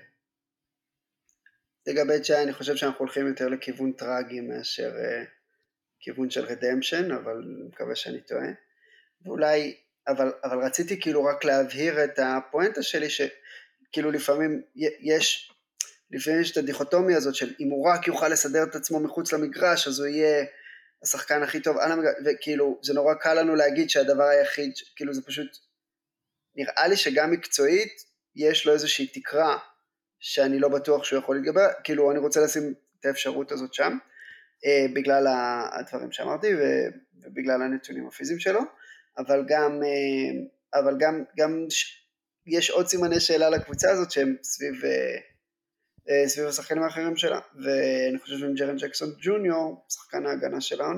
לגבי ג'ה, אני חושב שאנחנו הולכים יותר לכיוון טרגי מאשר כיוון של רדמפשן, אבל אני מקווה שאני טועה. ואולי, אבל רציתי כאילו רק להבהיר את הפואנטה שלי, שכאילו לפעמים יש את הדיכוטומיה הזאת של אם הוא רק יוכל לסדר את עצמו מחוץ למגרש, אז הוא יהיה השחקן הכי טוב על המגרש, וכאילו זה נורא קל לנו להגיד שהדבר היחיד, כאילו זה פשוט, נראה לי שגם מקצועית יש לו איזושהי תקרה שאני לא בטוח שהוא יכול להתגבר, כאילו אני רוצה לשים את האפשרות הזאת שם, בגלל הדברים שאמרתי ובגלל הנתונים הפיזיים שלו, אבל גם יש עוד סימני שאלה לקבוצה הזאת שהם סביב השחקנים האחרים שלה, ואני חושב שעם ג'רן ג'קסון ג'וניור, שחקן ההגנה של העונה,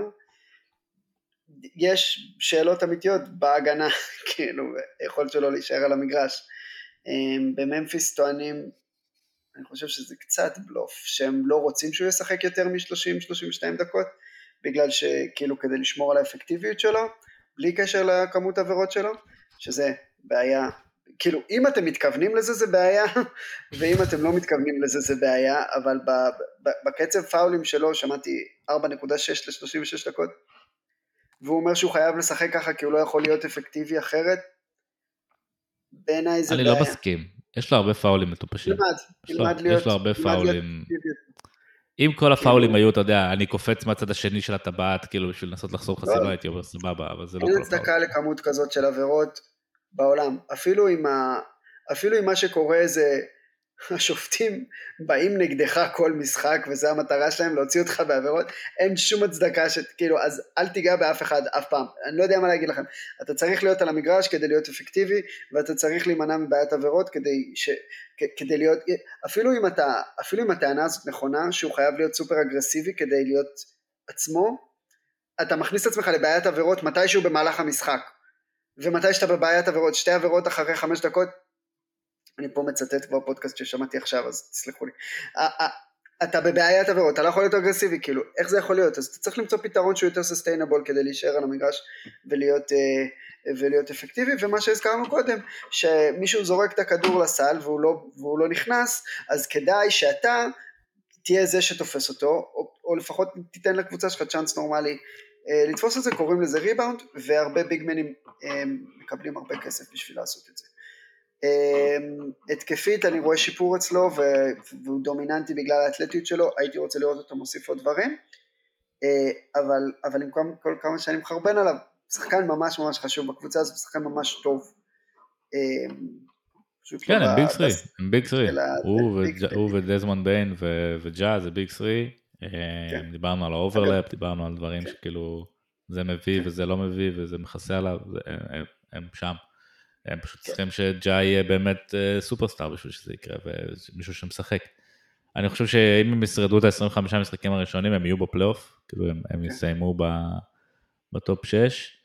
יש שאלות אמיתיות בהגנה, כאילו, יכול שלא להישאר על המגרש. בממפיס טוענים, אני חושב שזה קצת בלוף, שהם לא רוצים שהוא ישחק יותר מ-30-32 דקות, בגלל שכאילו כדי לשמור על האפקטיביות שלו, בלי קשר לכמות עבירות שלו, שזה בעיה, כאילו אם אתם מתכוונים לזה זה בעיה, ואם אתם לא מתכוונים לזה זה בעיה, אבל בקצב פאולים שלו שמעתי 4.6 ל-36 דקות, והוא אומר שהוא חייב לשחק ככה כי הוא לא יכול להיות אפקטיבי אחרת, בעיניי זה בעיה. אני לא מסכים, יש לו הרבה פאולים מטופשים. תלמד להיות. יש לו הרבה פאולים. אם כל הפאולים היו, אתה יודע, אני קופץ מהצד השני של הטבעת, כאילו בשביל לנסות לחסום חסימה, הייתי אומר סבבה, אבל זה לא כל הפאולים. אין הצדקה לכמות כזאת של עבירות בעולם, אפילו עם מה שקורה זה, השופטים באים נגדך כל משחק, וזה המטרה שלהם, להוציא אותך בעבירות, אין שום הצדקה שכאילו, אז אל תיגע באף אחד אף פעם, אני לא יודע מה להגיד לכם, אתה צריך להיות על המגרש כדי להיות אפקטיבי, ואתה צריך להימנע מבעיית עבירות, כדי להיות, אפילו אם הטענה הזאת נכונה, שהוא חייב להיות סופר אגרסיבי, כדי להיות עצמו, אתה מכניס את עצמך לבעיית עבירות, מתישהו במהלך המשחק, ומתי שאתה בבעיית עבירות, 2 עבירות אחרי 5 דקות, אני פה מצטט כבר פודקאסט ששמעתי עכשיו, אז תסלחו לי. אתה בבעיית עבירות, אתה לא יכול להיות אגרסיבי, כאילו, איך זה יכול להיות? אז אתה צריך למצוא פתרון שהוא יותר sustainable כדי להישאר על המגרש ולהיות ולהיות אפקטיבי, ומה שהזכרנו קודם, שמישהו זורק את הכדור לסל והוא לא נכנס, אז כדאי שאתה תהיה זה שתופס אותו, או לפחות תיתן לקבוצה שלך צ'אנס נורמלי לתפוס את זה, קוראים לזה ריבאונד, והרבה ביגמנים מקבלים הרבה כסף בשביל לעשות את זה. התקפית אני רואה שיפור אצלו, והוא דומיננטי בגלל האתלטיות שלו, הייתי רוצה לראות אותו מוסיף עוד דברים, אבל עם כל כמה שאני מחרבן עליו, שחקן ממש ממש חשוב בקבוצה הזו, שחקן ממש טוב. כן, הם ביג 3, הם ביג 3, הוא ודזמונד ביין וג'ה זה ביג 3, דיברנו על האוברלאפ, דיברנו על דברים שכאילו זה מביא וזה לא מביא וזה מכסה עליו, הם שם, הם פשוט צריכים שג'ה יהיה באמת סופרסטאר בשביל שזה יקרה, ומישהו שמשחק. אני חושב שאם הם ישרדו את ה-25 משחקים הראשונים, הם יהיו בפלייאוף, כאילו הם יסיימו בטופ 6.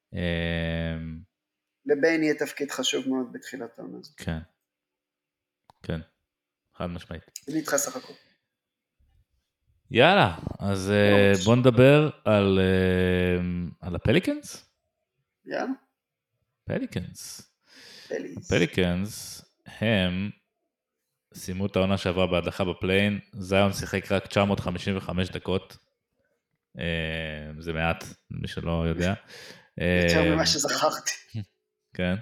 לביין יהיה תפקיד חשוב מאוד בתחילת העונה הזאת. כן, כן, חד משמעית. אני איתך סך הכל. יאללה, אז בוא נדבר על הפליקנס? יאללה. פליקנס, הם סיימו את העונה שעברה בהדחה בפליין, זיון שיחק רק 955 דקות, זה מעט, מי שלא יודע. יותר ממה שזכרתי. כן.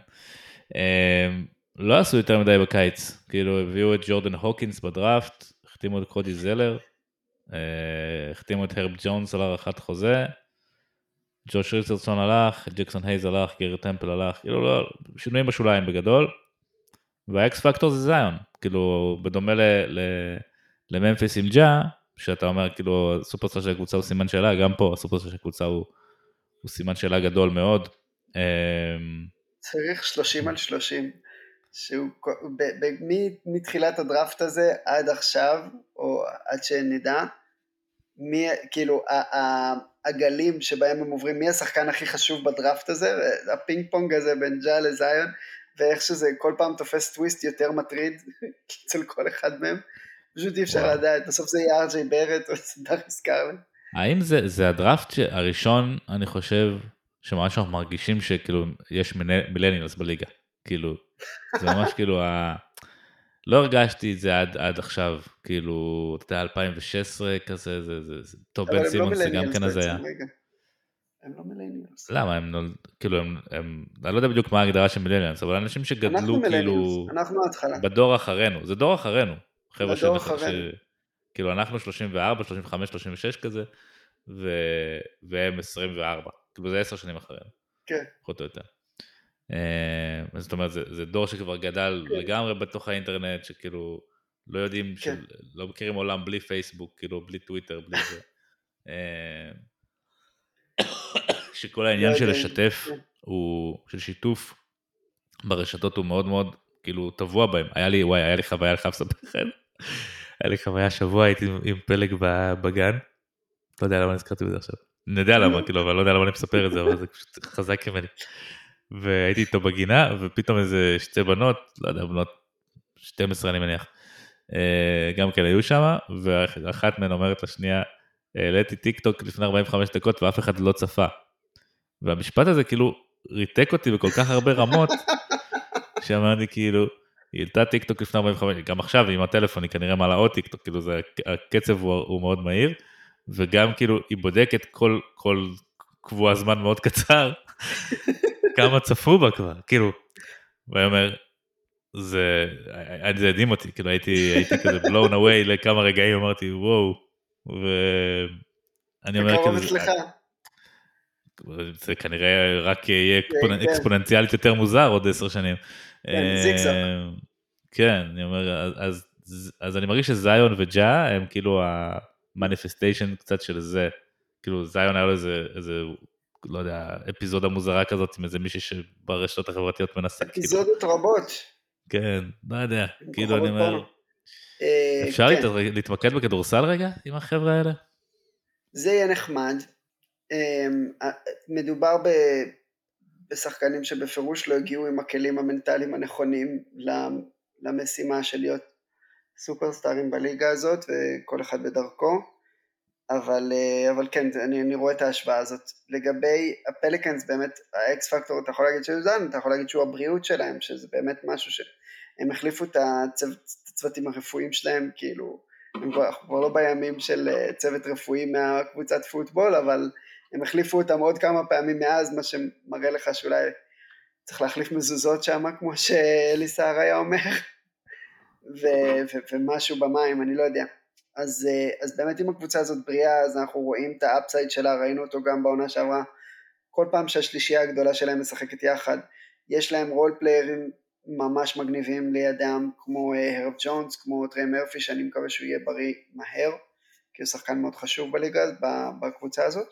לא עשו יותר מדי בקיץ, כאילו הביאו את ג'ורדן הוקינס בדראפט, החתימו את קודי זלר, החתימו את הרב ג'ונס על הארכת חוזה, ג'וש ריצ'רדסון הלך, ג'קסון הייז הלך, גרי טמפל הלך, כאילו לא, שינויים בשוליים בגדול, והאקס פקטור זה זיון, כאילו בדומה לממפיס עם ג'ה, שאתה אומר כאילו הסופרסטאר של הקבוצה הוא סימן שאלה, גם פה הסופרסטאר של הקבוצה הוא סימן שאלה גדול מאוד. צריך 30/30, שהוא מתחילת הדראפט הזה עד עכשיו, או עד שנדע, כאילו הגלים שבהם הם עוברים, מי השחקן הכי חשוב בדראפט הזה, הפינג פונג הזה בין ג'ה לזיון, ואיך שזה כל פעם תופס טוויסט יותר מטריד, אצל כל אחד מהם, פשוט אי אפשר לדעת, בסוף זה יהיה ארג'יי ברט, או זה דאריס גרלנד. האם זה הדראפט הראשון, אני חושב, שממש אנחנו מרגישים שכאילו יש מילניאלס בליגה, כאילו, זה ממש כאילו, לא הרגשתי את זה עד עכשיו, כאילו, אתה יודע, 2016 כזה, זה טוב, בן סימון זה גם כן אז היה. הם לא מילניאלס. למה? כאילו, אני לא יודע בדיוק מה ההגדרה של מילניאלס, אבל אנשים שגדלו כאילו, אנחנו ההתחלה. בדור אחרינו, זה דור אחרינו, חבר'ה כאילו, אנחנו 34, 35, 36 כזה, והם 24, כאילו זה 10 שנים אחרינו. כן. פחות או יותר. זאת אומרת, זה דור שכבר גדל לגמרי בתוך האינטרנט, שכאילו לא יודעים, לא מכירים עולם בלי פייסבוק, כאילו בלי טוויטר, בלי זה. שכל העניין של לשתף, של שיתוף ברשתות הוא מאוד מאוד, כאילו, טבוע בהם. היה לי חוויה, אני חייב לספר לכם. היה לי חוויה שבוע, הייתי עם פלג בגן, לא יודע למה נזכרתי בזה עכשיו. אני יודע למה, כאילו, אבל לא יודע למה אני מספר את זה, אבל זה פשוט חזק ממני. והייתי איתו בגינה, ופתאום איזה שתי בנות, לא יודע, בנות 12 אני מניח, גם כן היו שם, ואחת מהן אומרת לשנייה, העליתי טיק טוק לפני 45 דקות, ואף אחד לא צפה. והמשפט הזה כאילו ריתק אותי בכל כך הרבה רמות, שאמרתי כאילו, היא העלתה טיק טוק לפני 45, גם עכשיו עם הטלפון היא כנראה מעלה עוד טיק טוק, כאילו הקצב הוא מאוד מהיר, וגם כאילו היא בודקת כל קבוע זמן מאוד קצר, כמה צפו בה כבר, כאילו, והיא אומר, זה הדהים אותי, כאילו הייתי כזה blown away לכמה רגעים, אמרתי וואו, ואני אומר כזה, זה כנראה רק יהיה אקספוננציאלית יותר מוזר עוד 10 שנים. כן, אני אומר, אז אני מרגיש שזיון וג'ה הם כאילו המניפסטיישן קצת של זה, כאילו זיון היה לו איזה, לא יודע, אפיזודה מוזרה כזאת עם איזה מישהי שברשתות החברתיות מנסה. אפיזודות רבות. כן, לא יודע, כאילו אני אומר, אפשר להתמקד בכדורסל רגע עם החבר'ה האלה? זה יהיה נחמד. מדובר בשחקנים שבפירוש לא הגיעו עם הכלים המנטליים הנכונים למשימה של להיות סופרסטארים בליגה הזאת, וכל אחד בדרכו. אבל כן, אני רואה את ההשוואה הזאת. לגבי הפליקנס, באמת, האקס פקטור, אתה יכול להגיד שהוא זן, אתה יכול להגיד שהוא הבריאות שלהם, שזה באמת משהו שהם החליפו את הצוותים הרפואיים שלהם, כאילו, אנחנו כבר לא בימים של צוות רפואי מהקבוצת פוטבול, אבל הם החליפו אותם עוד כמה פעמים מאז, מה שמראה לך שאולי צריך להחליף מזוזות שם, כמו שאליסר היה אומר, ומשהו במים, אני לא יודע. אז באמת אם הקבוצה הזאת בריאה, אז אנחנו רואים את האפסייד שלה, ראינו אותו גם בעונה שעברה, כל פעם שהשלישייה הגדולה שלהם משחקת יחד, יש להם רול פליירים ממש מגניבים לידם, כמו הרב ג'ונס, כמו טרי מרפי, שאני מקווה שהוא יהיה בריא מהר, כי הוא שחקן מאוד חשוב בליגה, בקבוצה הזאת.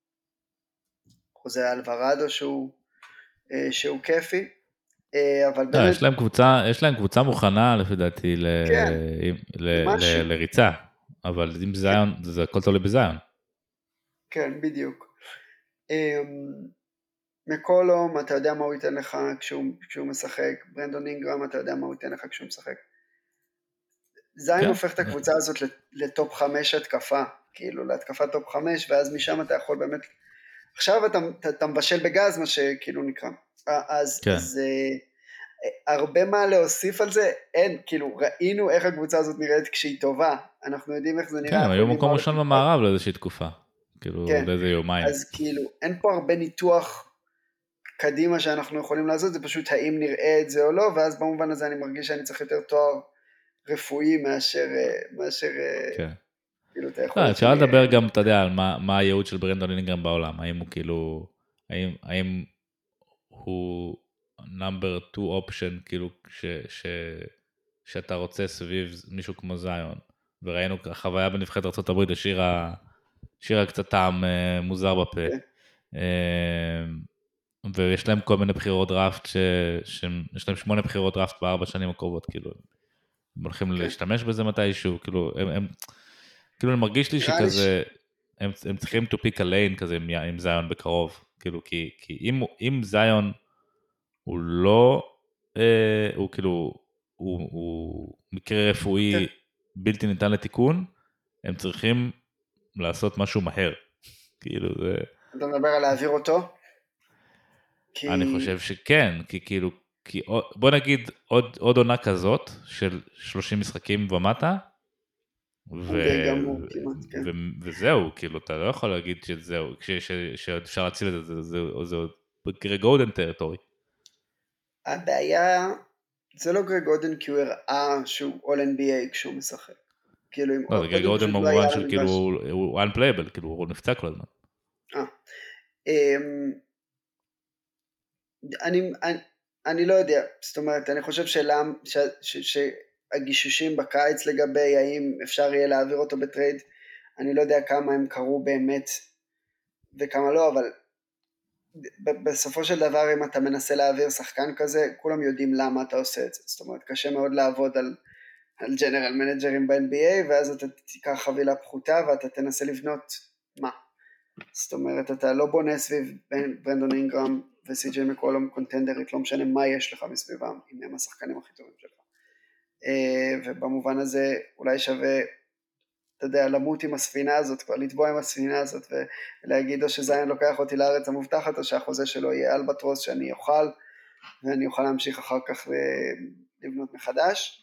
חוזה אלוורדו שהוא כיפי, אבל באמת... יש להם קבוצה מוכנה לפי דעתי כן, לריצה, אבל אם זיון, זה הכל תלוי בזיון. כן, בדיוק. מקולום, אתה יודע מה הוא ייתן לך כשהוא משחק, ברנדון אינגרם, אתה יודע מה הוא ייתן לך כשהוא משחק. זיין הופך את הקבוצה הזאת לטופ 5 התקפה, כאילו להתקפה טופ 5, ואז משם אתה יכול באמת, עכשיו אתה מבשל בגז, מה שכאילו נקרא, אז הרבה מה להוסיף על זה, אין, כאילו ראינו איך הקבוצה הזאת נראית כשהיא טובה, אנחנו יודעים איך זה נראה. כן, הם היו מקום ראשון במערב לאיזושהי תקופה, כאילו לאיזה יומיים. אז כאילו אין פה הרבה ניתוח קדימה שאנחנו יכולים לעשות, זה פשוט האם נראה את זה או לא, ואז במובן הזה אני מרגיש שאני צריך יותר תואר רפואי מאשר כאילו אתה יכול... אפשר לדבר גם, אתה יודע, על מה הייעוד של ברנדון אינגרם בעולם, האם הוא כאילו, האם הוא number 2 option, כאילו, שאתה רוצה סביב מישהו כמו זיון, וראינו חוויה בנבחרת ארצות הברית, השאירה קצת טעם מוזר בפה, ויש להם כל מיני בחירות דראפט, יש להם 8 בחירות דראפט ב4 שנים הקרובות, כאילו, הם הולכים להשתמש בזה מתישהו, כאילו, כאילו אני מרגיש לי שכזה, הם צריכים to pick a lane כזה עם זיון בקרוב, כאילו, כי אם זיון הוא לא, הוא כאילו, הוא מקרה רפואי בלתי ניתן לתיקון, הם צריכים לעשות משהו מהר, כאילו זה... אתה מדבר על להעביר אותו? אני חושב שכן, כי כאילו, בוא נגיד עוד עונה כזאת, של 30 משחקים ומטה, וזהו, כאילו, אתה לא יכול להגיד שזהו, שאפשר להציל את זה, זה גרג אודן טריטורי. הבעיה, זה לא גרג אודן כי הוא הראה שהוא All NBA כשהוא משחק. לא, זה גרג אודן במובן של כאילו, הוא unplayable, כאילו, הוא נפצע כל הזמן. אני לא יודע, זאת אומרת, אני חושב שהגישושים בקיץ לגבי האם אפשר יהיה להעביר אותו בטרייד, אני לא יודע כמה הם קרו באמת וכמה לא, אבל בסופו של דבר אם אתה מנסה להעביר שחקן כזה, כולם יודעים למה אתה עושה את זה, זאת אומרת, קשה מאוד לעבוד על ג'נרל מנג'רים ב-NBA, ואז אתה תיקח חבילה פחותה ואתה תנסה לבנות מה? זאת אומרת, אתה לא בונה סביב ברנדון אינגרם וסי.ג'יי מקולום קונטנדרית, לא משנה מה יש לך מסביבם, אם הם השחקנים הכי טובים שלך. ובמובן הזה אולי שווה, אתה יודע, למות עם הספינה הזאת, כבר לטבוע עם הספינה הזאת, ולהגיד או שזיין לוקח אותי לארץ המובטחת, או שהחוזה שלו יהיה אלבטרוס שאני אוכל, ואני אוכל להמשיך אחר כך לבנות מחדש.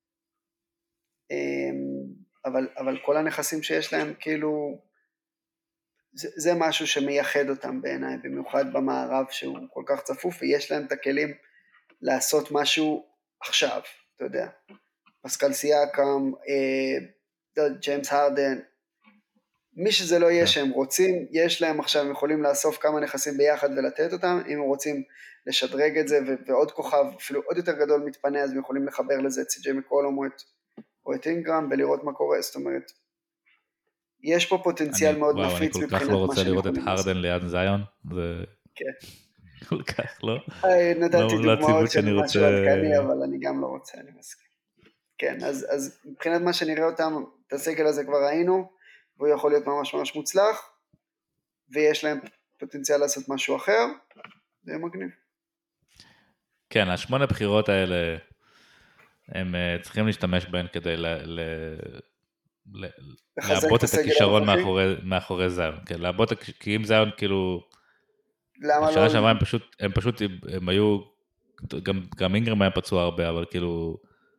אבל כל הנכסים שיש להם, כאילו, זה משהו שמייחד אותם בעיניי, במיוחד במערב שהוא כל כך צפוף, ויש להם את הכלים לעשות משהו עכשיו, אתה יודע. פסקל סייקם, ג'יימס הרדן, מי שזה לא יהיה שהם רוצים, יש להם עכשיו, הם יכולים לאסוף כמה נכסים ביחד ולתת אותם, אם הם רוצים לשדרג את זה, ועוד כוכב, אפילו עוד יותר גדול מתפנה, אז הם יכולים לחבר לזה את סי.ג'יי מקולום או את אינגרם, ולראות מה קורה, זאת אומרת, יש פה פוטנציאל מאוד נפיץ מבחינת מה אני כל כך לא רוצה לראות את הרדן ליד זיון, זה כל כך לא. נתתי דוגמאות של משהו עדכני, אבל אני גם לא רוצה, אני מסכים. כן, אז מבחינת מה שנראה אותם, את הסגל הזה כבר ראינו, והוא יכול להיות ממש ממש מוצלח, ויש להם פוטנציאל לעשות משהו אחר, זה מגניב. כן, 8 הבחירות האלה, הם צריכים להשתמש בהן כדי לחזק את לעבות את הסגל הכישרון הנוכחי? מאחורי זיון, כן, כי אם זיון כאילו, למה לא? השנה שעברה הם היו, גם אינגרם היה פצוע הרבה, אבל כאילו,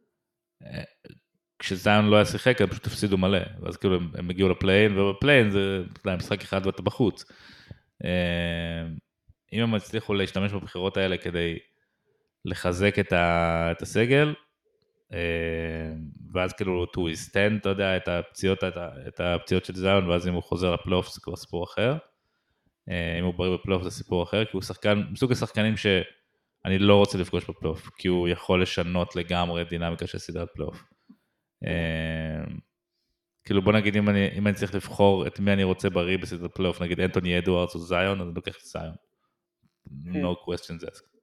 כשזיון לא היה שיחק, הם פשוט הפסידו מלא, ואז כאילו הם הגיעו לפליין, ובפליין זה משחק אחד ואתה בחוץ. אם הם הצליחו להשתמש בבחירות האלה כדי לחזק את הסגל, ואז כאילו to withstand, אתה יודע, את הפציעות של זיון, ואז אם הוא חוזר לפלייאוף זה כבר סיפור אחר. אם הוא בריא בפלייאוף זה סיפור אחר, כי הוא מסוג השחקנים שאני לא רוצה לפגוש בפלייאוף, כי הוא יכול לשנות לגמרי דינמיקה של סדרת פלייאוף. כאילו בוא נגיד, אם אני צריך לבחור את מי אני רוצה בריא בסדרת פלייאוף, נגיד אנטוני אדוארדס או זיון, אז אני לוקח את זיון. No questions asked.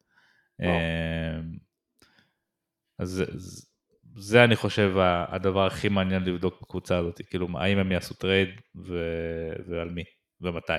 אז זה אני חושב הדבר הכי מעניין לבדוק בקבוצה הזאת, כאילו האם הם יעשו טרייד ועל מי ומתי.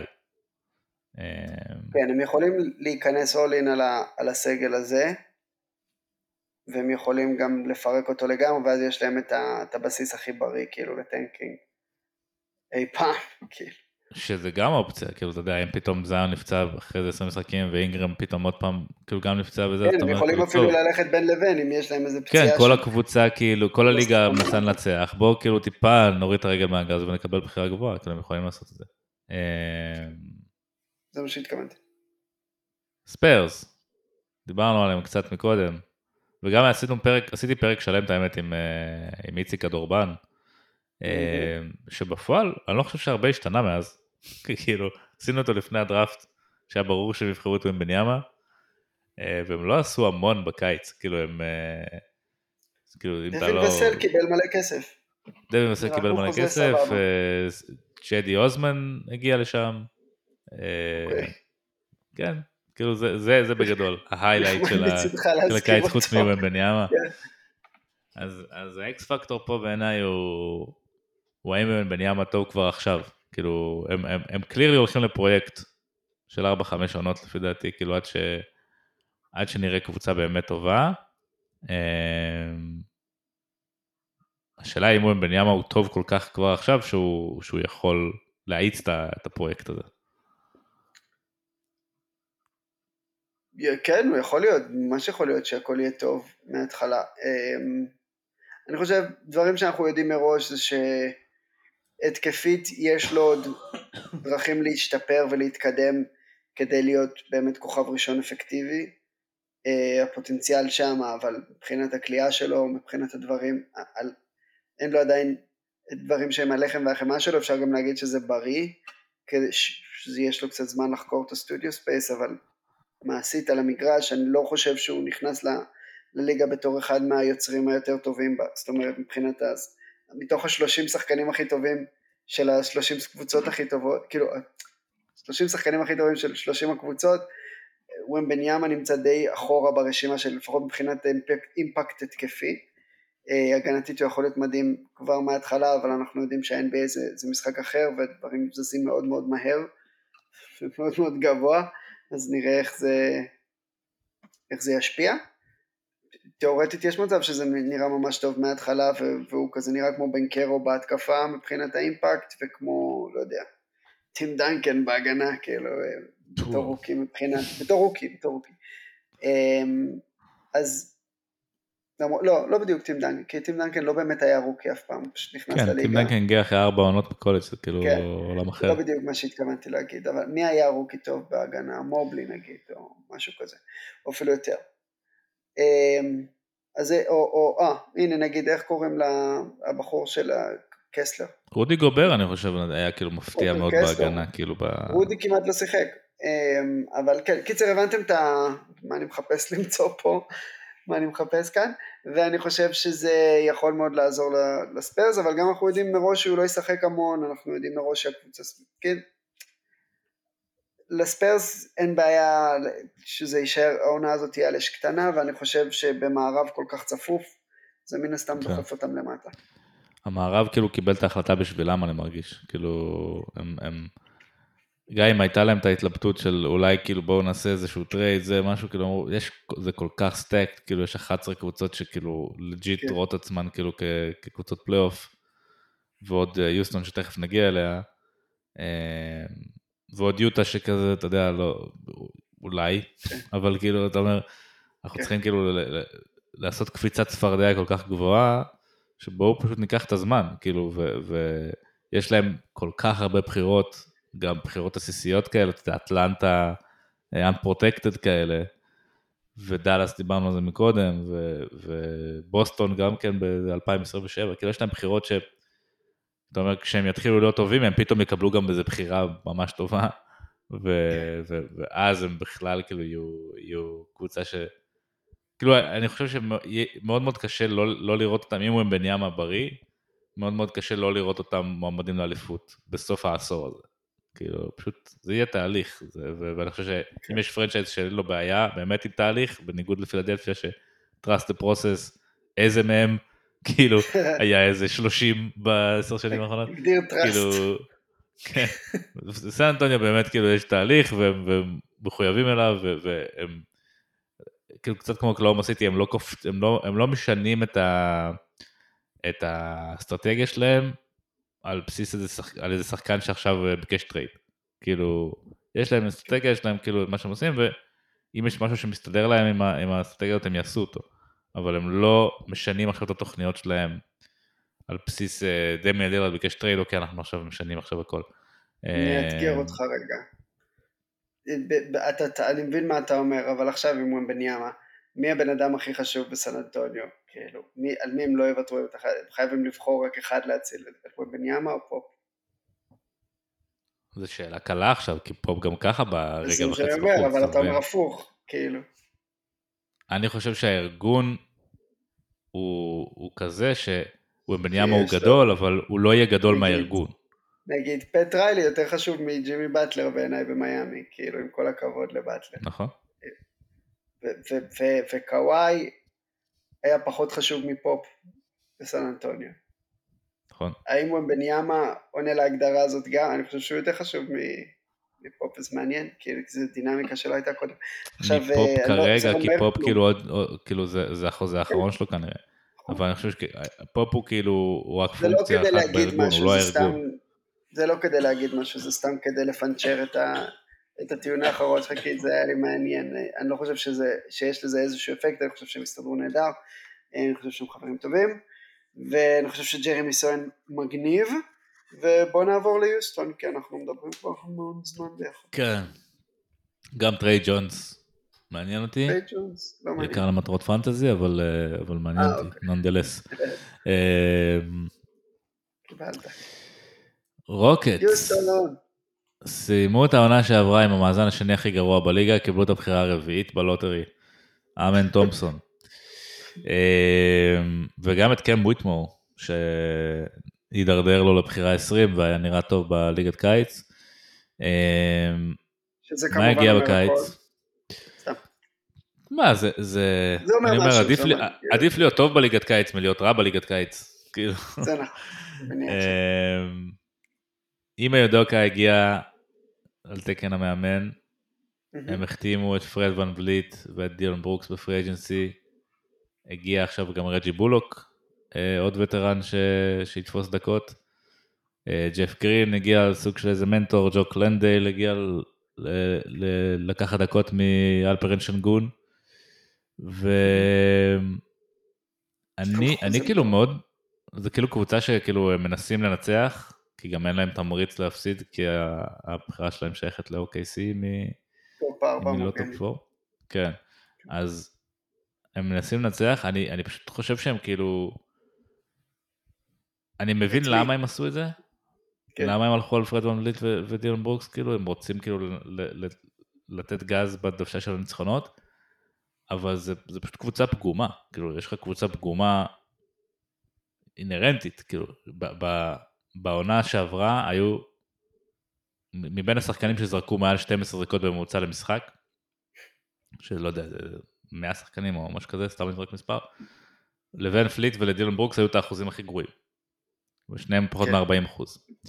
כן, הם יכולים להיכנס all in על הסגל הזה, והם יכולים גם לפרק אותו לגמרי, ואז יש להם את הבסיס הכי בריא, כאילו, לטנקינג. אי פעם, כאילו. שזה גם אופציה, כאילו, אתה יודע, אם פתאום זיון נפצע אחרי זה 20 משחקים, ואינגרם פתאום עוד פעם, כאילו, גם נפצע וזה, כן, הם יכולים אפילו ללכת בין לבין, אם יש להם איזה פציעה. כן, כל הקבוצה, כאילו, כל הליגה מנסה לנצח, בואו כאילו טיפה נוריד את הרגל מהגז ונקבל בחירה גבוהה, כאילו, הם יכולים לעשות את זה. זה מה שהתכוונתי. ספיירס, דיברנו עליהם קצת מקודם, וגם עשיתי פרק שלם, את האמת, עם איציק הדורבן, שבפועל, אני לא חושב שהרבה השתנה מאז, כאילו, עשינו אותו לפני הדראפט, שהיה ברור שהם יבחרו את ומבניאמה, והם לא עשו המון בקיץ, כאילו הם, דווין וסל קיבל מלא כסף. דווין וסל קיבל מלא כסף, צ'די אוזמן הגיע לשם, כן, כאילו זה בגדול, ההיילייט של הקיץ חוץ מבניאמה. אז האקס פקטור פה בעיניי הוא האם בניאמה טוב כבר עכשיו, כאילו הם קלירלי הולכים לפרויקט של 4-5 עונות לפי דעתי, כאילו עד שנראה קבוצה באמת טובה. השאלה היא אם בניאמה הוא טוב כל כך כבר עכשיו שהוא יכול להאיץ את הפרויקט הזה. כן, הוא יכול להיות, ממש יכול להיות שהכל יהיה טוב מההתחלה. אני חושב, דברים שאנחנו יודעים מראש זה שהתקפית יש לו עוד דרכים להשתפר ולהתקדם כדי להיות באמת כוכב ראשון אפקטיבי. הפוטנציאל שם, אבל מבחינת הקליעה שלו, מבחינת הדברים, אין לו עדיין דברים שהם הלחם והחמה שלו, אפשר גם להגיד שזה בריא, כדי שיש לו קצת זמן לחקור את הסטודיו ספייס, אבל מעשית על המגרש, אני לא חושב שהוא נכנס לליגה בתור אחד מהיוצרים היותר טובים בה, זאת אומרת מבחינת אז, מתוך ה-30 שחקנים הכי טובים של ה-30 קבוצות הכי טובות, כאילו 30 שחקנים הכי טובים של 30 הקבוצות, ומבניאמה נמצא די אחורה ברשימה של לפחות מבחינת אימפקט התקפי, הגנתית הוא יכול להיות מדהים כבר מההתחלה, אבל אנחנו יודעים שה-NBA זה משחק אחר, ודברים זזים מאוד מאוד מהר, ומאוד מאוד גבוה, אז נראה איך זה ישפיע. תיאורטית יש מצב שזה נראה ממש טוב מההתחלה, והוא כזה נראה כמו בנקרו בהתקפה מבחינת האימפקט, וכמו, לא יודע, טים דנקן בהגנה, כאילו, בתור רוקי מבחינת, בתור רוקי. אז, לא בדיוק טים דנקן, כי טים דנקן לא באמת היה רוקי אף פעם, פשוט נכנס לליגה. כן, טים דנקן הגיע אחרי 4 עונות בקולג', זה כאילו עולם אחר. לא בדיוק מה שהתכוונתי להגיד, אבל מי היה רוקי טוב בהגנה? מובלי נגיד, או משהו כזה, או אפילו יותר. אז הנה נגיד, איך קוראים לבחור של קסלר? רודי גובר אני חושב היה כאילו מפתיע מאוד בהגנה, כאילו רודי כמעט לא שיחק, אבל קיצר הבנתם מה אני מחפש למצוא פה, מה אני מחפש כאן, ואני חושב שזה יכול מאוד לעזור לספיירס, אבל גם אנחנו יודעים מראש שהוא לא ישחק המון, אנחנו יודעים מראש שהקבוצה, כן, לספיירס אין בעיה שזה יישאר, העונה הזאת תהיה על אש קטנה, ואני חושב שבמערב כל כך צפוף, זה מן הסתם דוחף אותם למטה. המערב כאילו קיבל את ההחלטה בשבילם, אני מרגיש, כאילו, גם אם הייתה להם את ההתלבטות של אולי כאילו בואו נעשה איזשהו טרייד, זה משהו כאילו, זה כל כך סטקט, כאילו יש 11 קבוצות שכאילו לג'יט רואות עצמן כאילו כקבוצות פלייאוף, ועוד יוסטון שתכף נגיע אליה, ועוד יוטה שכזה, אתה יודע, לא, אולי, אבל כאילו, אתה אומר, אנחנו צריכים כאילו לעשות קפיצת צפרדע כל כך גבוהה, שבואו פשוט ניקח את הזמן, כאילו, ויש להם כל כך הרבה בחירות, גם בחירות עסיסיות כאלה, אטלנטה, unprotected כאלה, ודאלאס דיברנו על זה מקודם, ובוסטון גם כן ב-2027, כאילו יש להם בחירות ש... אתה אומר, כשהם יתחילו להיות טובים, הם פתאום יקבלו גם איזו בחירה ממש טובה, ואז הם בכלל כאילו יהיו קבוצה ש... כאילו, אני חושב שמאוד מאוד קשה לא לראות אותם, אם הם בניאמה בריא, מאוד מאוד קשה לא לראות אותם מועמדים לאליפות בסוף העשור הזה. כאילו, פשוט, זה יהיה תהליך, ואני חושב שאם יש פרנצ'ייז שאין לו בעיה, באמת עם תהליך, בניגוד לפילדלפיה, ש-trust the process, איזה מהם, כאילו, היה איזה 30 ב10 שנים האחרונות. הגדיר טראסט. כן, בסן אנטוניו באמת כאילו יש תהליך, והם מחויבים אליו, והם, כאילו קצת כמו קלאומה סיטי, הם לא משנים את האסטרטגיה שלהם, על בסיס על איזה שחקן שעכשיו ביקש טרייד. כאילו, יש להם אסטרטגיה, יש להם כאילו מה שהם עושים, ואם יש משהו שמסתדר להם עם האסטרטגיה, הם יעשו אותו. אבל הם לא משנים עכשיו את התוכניות שלהם, על בסיס דמיאן לילארד ביקש טרייד, אוקיי, אנחנו עכשיו משנים עכשיו הכל. אני אתגר אותך רגע. אני מבין מה אתה אומר, אבל עכשיו אם הוא בניאמה, מי הבן אדם הכי חשוב בסן אנטוניו? כאילו, על מי הם לא יוותרו? הם חייבים לבחור רק אחד להציל, את בניאמה או פופ? זו שאלה קלה עכשיו, כי פופ גם ככה ברגל וחצי בחוץ. אבל אתה אומר הפוך, כאילו. אני חושב שהארגון הוא כזה שהוא בניאמה הוא גדול, אבל הוא לא יהיה גדול מהארגון. נגיד, פט ריילי יותר חשוב מג'ימי באטלר בעיניי במיימי, כאילו, עם כל הכבוד לבאטלר. נכון. וקוואי היה פחות חשוב מפופ בסן אנטוניו. נכון. האם הוא בניאמה עונה להגדרה הזאת גם? אני חושב שהוא יותר חשוב מפופ, אז מעניין, זו דינמיקה שלא הייתה קודם. מפופ כרגע, כי פופ כאילו זה החוזה האחרון שלו כנראה. אבל אני חושב שפופ הוא כאילו, הוא רק פונקציה אחת בארגון, הוא לא הארגון. זה לא כדי להגיד משהו, זה סתם כדי לפנצ'ר את הטיעון האחרון שלך, כי זה היה לי מעניין. אני לא חושב שיש לזה איזשהו אפקט, אני חושב שהם הסתדרו נהדר, אני חושב שהם חברים טובים, ואני חושב שג'רמי סוהן מגניב, ובוא נעבור ליוסטון, כי אנחנו מדברים כבר המון זמן ביחד. כן, גם טריי ג'ונס מעניין אותי, טריי ג'ונס, לא מעניין. בעיקר למטרות פנטזי, אבל מעניין אותי, נונדלס. קיבלת. רוקטס, סיימו את העונה שעברה עם המאזן השני הכי גרוע בליגה, קיבלו את הבחירה הרביעית בלוטרי, אמן תומפסון. וגם את קם וויטמור, שהידרדר לו לבחירה 20 והיה נראה טוב בליגת קיץ. מה הגיע בקיץ? מה, זה אני אומר, עדיף להיות טוב בליגת קיץ מלהיות רע בליגת קיץ. זה נכון. אם היודוקה הגיע על תקן המאמן, הם החתימו את פרד ון וליט ואת דילון ברוקס בפרי אג'נסי, הגיע עכשיו גם רג'י בולוק, עוד וטרן שיתפוס דקות, ג'ף גרין הגיע על סוג של איזה מנטור, ג'ו קלנדייל הגיע לקחת דקות מאלפרן שנגון, ואני כאילו מאוד, זה כאילו קבוצה שכאילו הם מנסים לנצח, כי גם אין להם תמריץ להפסיד, כי הבחירה שלהם שייכת ל-OKC מלא טופ 4. כן, אז הם מנסים לנצח, אני פשוט חושב שהם כאילו, אני מבין למה הם עשו את זה, למה הם הלכו על פרד ון וליט ודילון ברוקס, כאילו הם רוצים כאילו לתת גז בדוושה של הניצחונות, אבל זה פשוט קבוצה פגומה, כאילו יש לך קבוצה פגומה אינרנטית, כאילו בעונה שעברה היו, מבין השחקנים שזרקו מעל 12 זריקות בממוצע למשחק, שלא יודע, 100 שחקנים או משהו כזה, סתם נזרק מספר, לבין פליט ולדילון ברוקס היו את האחוזים הכי גרועים, ושניהם פחות מ-40%.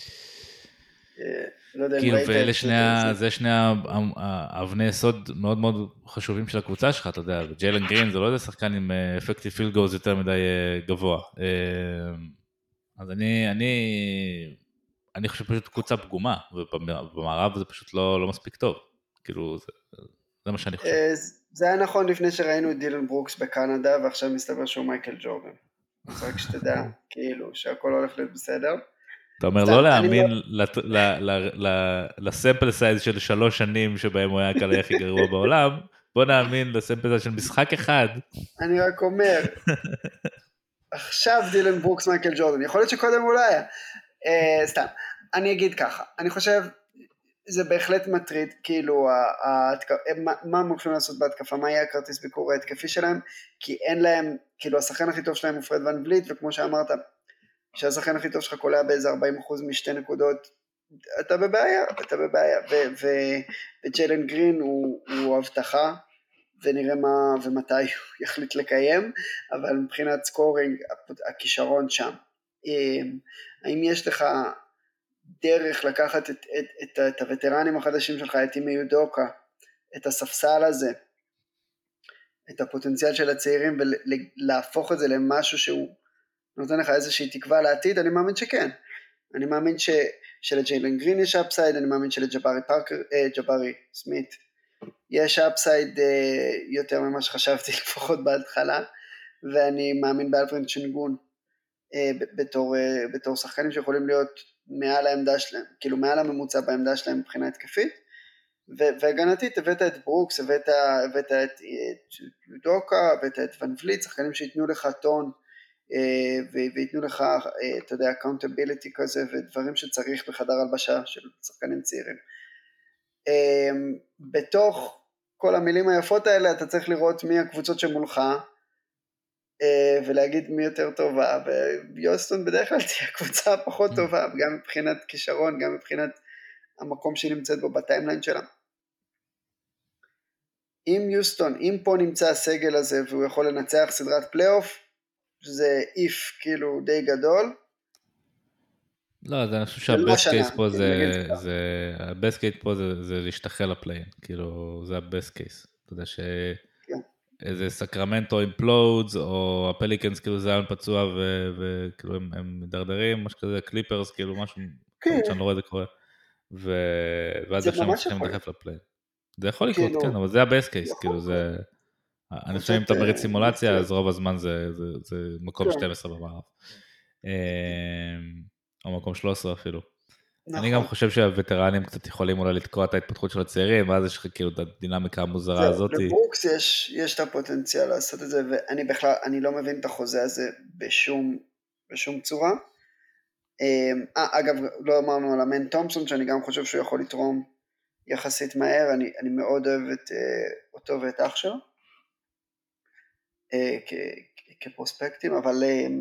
כאילו, ואלה שני אבני יסוד מאוד מאוד חשובים של הקבוצה שלך, אתה יודע, ג'יילן גרין זה לא איזה שחקן עם אפקטיב פילד גולס יותר מדי גבוה. אז אני חושב פשוט קבוצה פגומה, ובמערב זה פשוט לא מספיק טוב. כאילו, זה מה שאני חושב. זה היה נכון לפני שראינו את דילן ברוקס בקנדה, ועכשיו מסתבר שהוא מייקל ג'ורדן. אז רק שתדע, כאילו, שהכל הולך להיות בסדר. אתה אומר סתם, לא אני להאמין לא... לסמפל סייז של 3 שנים שבהם הוא היה הקלעי הכי גרוע בעולם, בוא נאמין לסמפל סייז של משחק אחד. אני רק אומר, עכשיו דילן ברוקס מייקל ג'ורדן, יכול להיות שקודם הוא לא היה. סתם, אני אגיד ככה, אני חושב, זה בהחלט מטריד, כאילו, מה הם הולכים לעשות בהתקפה, מה יהיה הכרטיס ביקור ההתקפי שלהם, כי אין להם, כאילו, השחקן הכי טוב שלהם הוא פרד ון וליט, וכמו שאמרת, שהשחקן הכי טוב שלך קולע באיזה 40% משתי נקודות, אתה בבעיה, וג'יילן גרין הוא הבטחה, ונראה מה ומתי הוא יחליט לקיים, אבל מבחינת סקורינג, הכישרון שם. האם יש לך דרך לקחת את הווטרנים החדשים שלך, את אימי יודוקה, את הספסל הזה, את הפוטנציאל של הצעירים, ולהפוך את זה למשהו שהוא נותן לך איזושהי תקווה לעתיד? אני מאמין שכן. אני מאמין שלג'יילן גרין יש אפסייד, אני מאמין ג'בארי סמית יש אפסייד יותר ממה שחשבתי לפחות בהתחלה, ואני מאמין באלפרין צ'נגון בתור שחקנים שיכולים להיות מעל העמדה שלהם, כאילו מעל הממוצע בעמדה שלהם מבחינה התקפית, והגנתית הבאת את ברוקס, הבאת את יודוקה, הבאת את ון וליט, שחקנים שיתנו לך טון, ויתנו לך, אתה יודע, accountability כזה, ודברים שצריך בחדר הלבשה של שחקנים צעירים. בתוך כל המילים היפות האלה, אתה צריך לראות מי הקבוצות שמולך, ולהגיד מי יותר טובה, ויוסטון בדרך כלל תהיה הקבוצה הפחות טובה, גם מבחינת כישרון, גם מבחינת המקום שהיא נמצאת בו בטיימליין שלה. אם יוסטון, אם פה נמצא הסגל הזה, והוא יכול לנצח סדרת פלייאוף, זה איף כאילו די גדול. לא, אני חושב שהבסט קייס פה הבסט קייס פה זה להשתחל לפליין, כאילו זה הבסט קייס. אתה יודע שאיזה סקרמנטו אימפלודס, או הפליקנס כאילו זה היה פצוע וכאילו הם מדרדרים, משהו כזה, קליפרס כאילו משהו, שאני לא רואה את זה קורה, ואז איך שהם מצליחים לדחף לפליין. זה יכול לקרות, כן, אבל זה הבסט קייס, כאילו זה, אני חושב אם אתה מריץ סימולציה, אז רוב הזמן זה מקום 12 במערב. או מקום 13 אפילו. אני גם חושב שהווטרנים קצת יכולים אולי לתקוע את ההתפתחות של הצעירים, ואז יש לך כאילו את הדינמיקה המוזרה הזאת. לברוקס יש את הפוטנציאל לעשות את זה, ואני בכלל, אני לא מבין את החוזה הזה בשום צורה. אגב, לא אמרנו על אמן תומפסון, שאני גם חושב שהוא יכול לתרום יחסית מהר, אני מאוד אוהב אותו ואת אח שלו, כפרוספקטים, אבל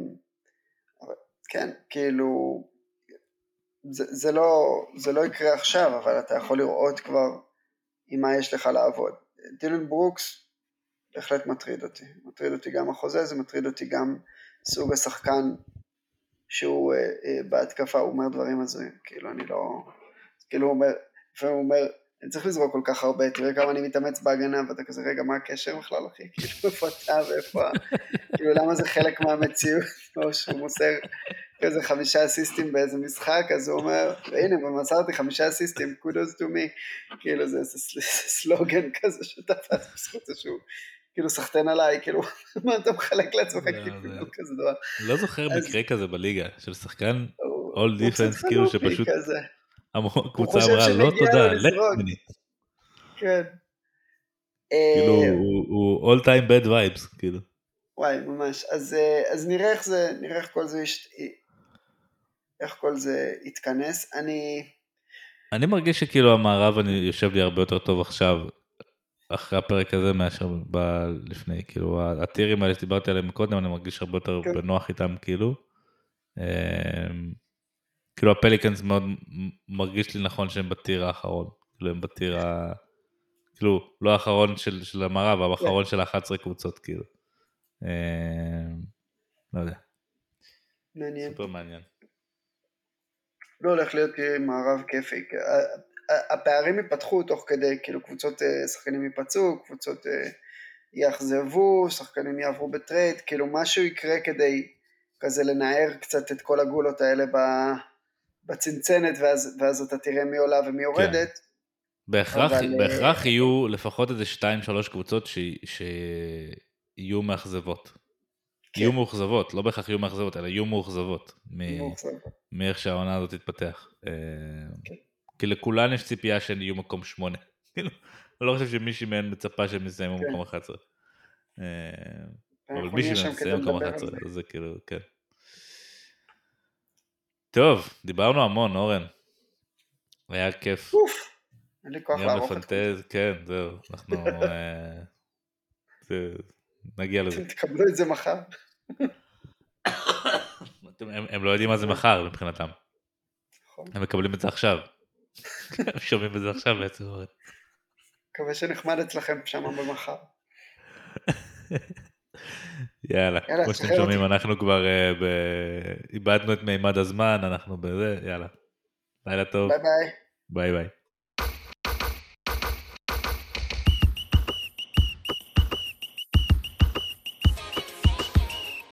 כן, כאילו, זה לא יקרה עכשיו, אבל אתה יכול לראות כבר עם מה יש לך לעבוד. דילן ברוקס בהחלט מטריד אותי גם החוזה, זה מטריד אותי גם סוג השחקן שהוא בהתקפה, הוא אומר דברים הזויים, כאילו אני לא, כאילו הוא אומר, אני צריך לזרוק כל כך הרבה, תראה כמה אני מתאמץ בהגנה, ואתה כזה, רגע, מה הקשר בכלל, אחי? כאילו, איפה אתה ואיפה, כאילו, למה זה חלק מהמציאות, או שהוא מוסר כזה 5 אסיסטים באיזה משחק, אז הוא אומר, הנה, ומסרתי 5 אסיסטים, kudos to me, כאילו, זה סלוגן כזה שתפס בזכות שהוא, כאילו, סחטן עליי, כאילו, מה אתה מחלק לעצמך, כאילו, כזה דבר. לא זוכר מקרה כזה בליגה, של שחקן all defense, כאילו, שפשוט הקבוצה אמרה, לא תודה, לך מני. כן. כאילו, הוא all time bad vibes, כאילו. וואי, ממש. אז נראה איך כל זה יתכנס. אני מרגיש שכאילו המערב אני יושב לי הרבה יותר טוב עכשיו, אחרי הפרק הזה מאשר לפני, כאילו, הטירים האלה שדיברתי עליהם קודם, אני מרגיש הרבה יותר בנוח איתם, כאילו. כאילו הפליקנס מאוד מרגיש לי נכון שהם בטיר האחרון, כאילו הם בטיר כאילו לא האחרון של המערב, אבל האחרון של 11 קבוצות, כאילו. לא יודע. מעניין. סופר מעניין. לא הולך להיות מערב כיפי. הפערים ייפתחו תוך כדי, כאילו קבוצות שחקנים ייפצעו, קבוצות יאכזבו, שחקנים יעברו בטרייד, כאילו משהו יקרה כדי כזה לנער קצת את כל הגולות האלה בצנצנת, ואז אתה תראה מי עולה ומי יורדת. בהכרח יהיו לפחות איזה 2-3 קבוצות שיהיו מאכזבות. יהיו מאוכזבות, לא בהכרח יהיו מאכזבות, אלא יהיו מאוכזבות מאיך שהעונה הזאת תתפתח. כי לכולן יש ציפייה שהן יהיו מקום 8. אני לא חושב שמישהי מהן מצפה שהם יסיימו מקום 11. אבל מישהי מהן יסיים מקום 11, אז זה כאילו, כן. טוב, דיברנו המון, אורן. היה כיף. אין לי כוח לערוך את זה. כן, זהו, אנחנו נגיע לזה. אתם תקבלו את זה מחר. הם לא יודעים מה זה מחר מבחינתם. הם מקבלים את זה עכשיו. הם שומעים את זה עכשיו בעצם. מקווה שנחמד אצלכם שם במחר. יאללה, כמו שאתם שומעים, אנחנו כבר איבדנו את מימד הזמן, אנחנו בזה, יאללה. לילה טוב. ביי ביי. ביי ביי.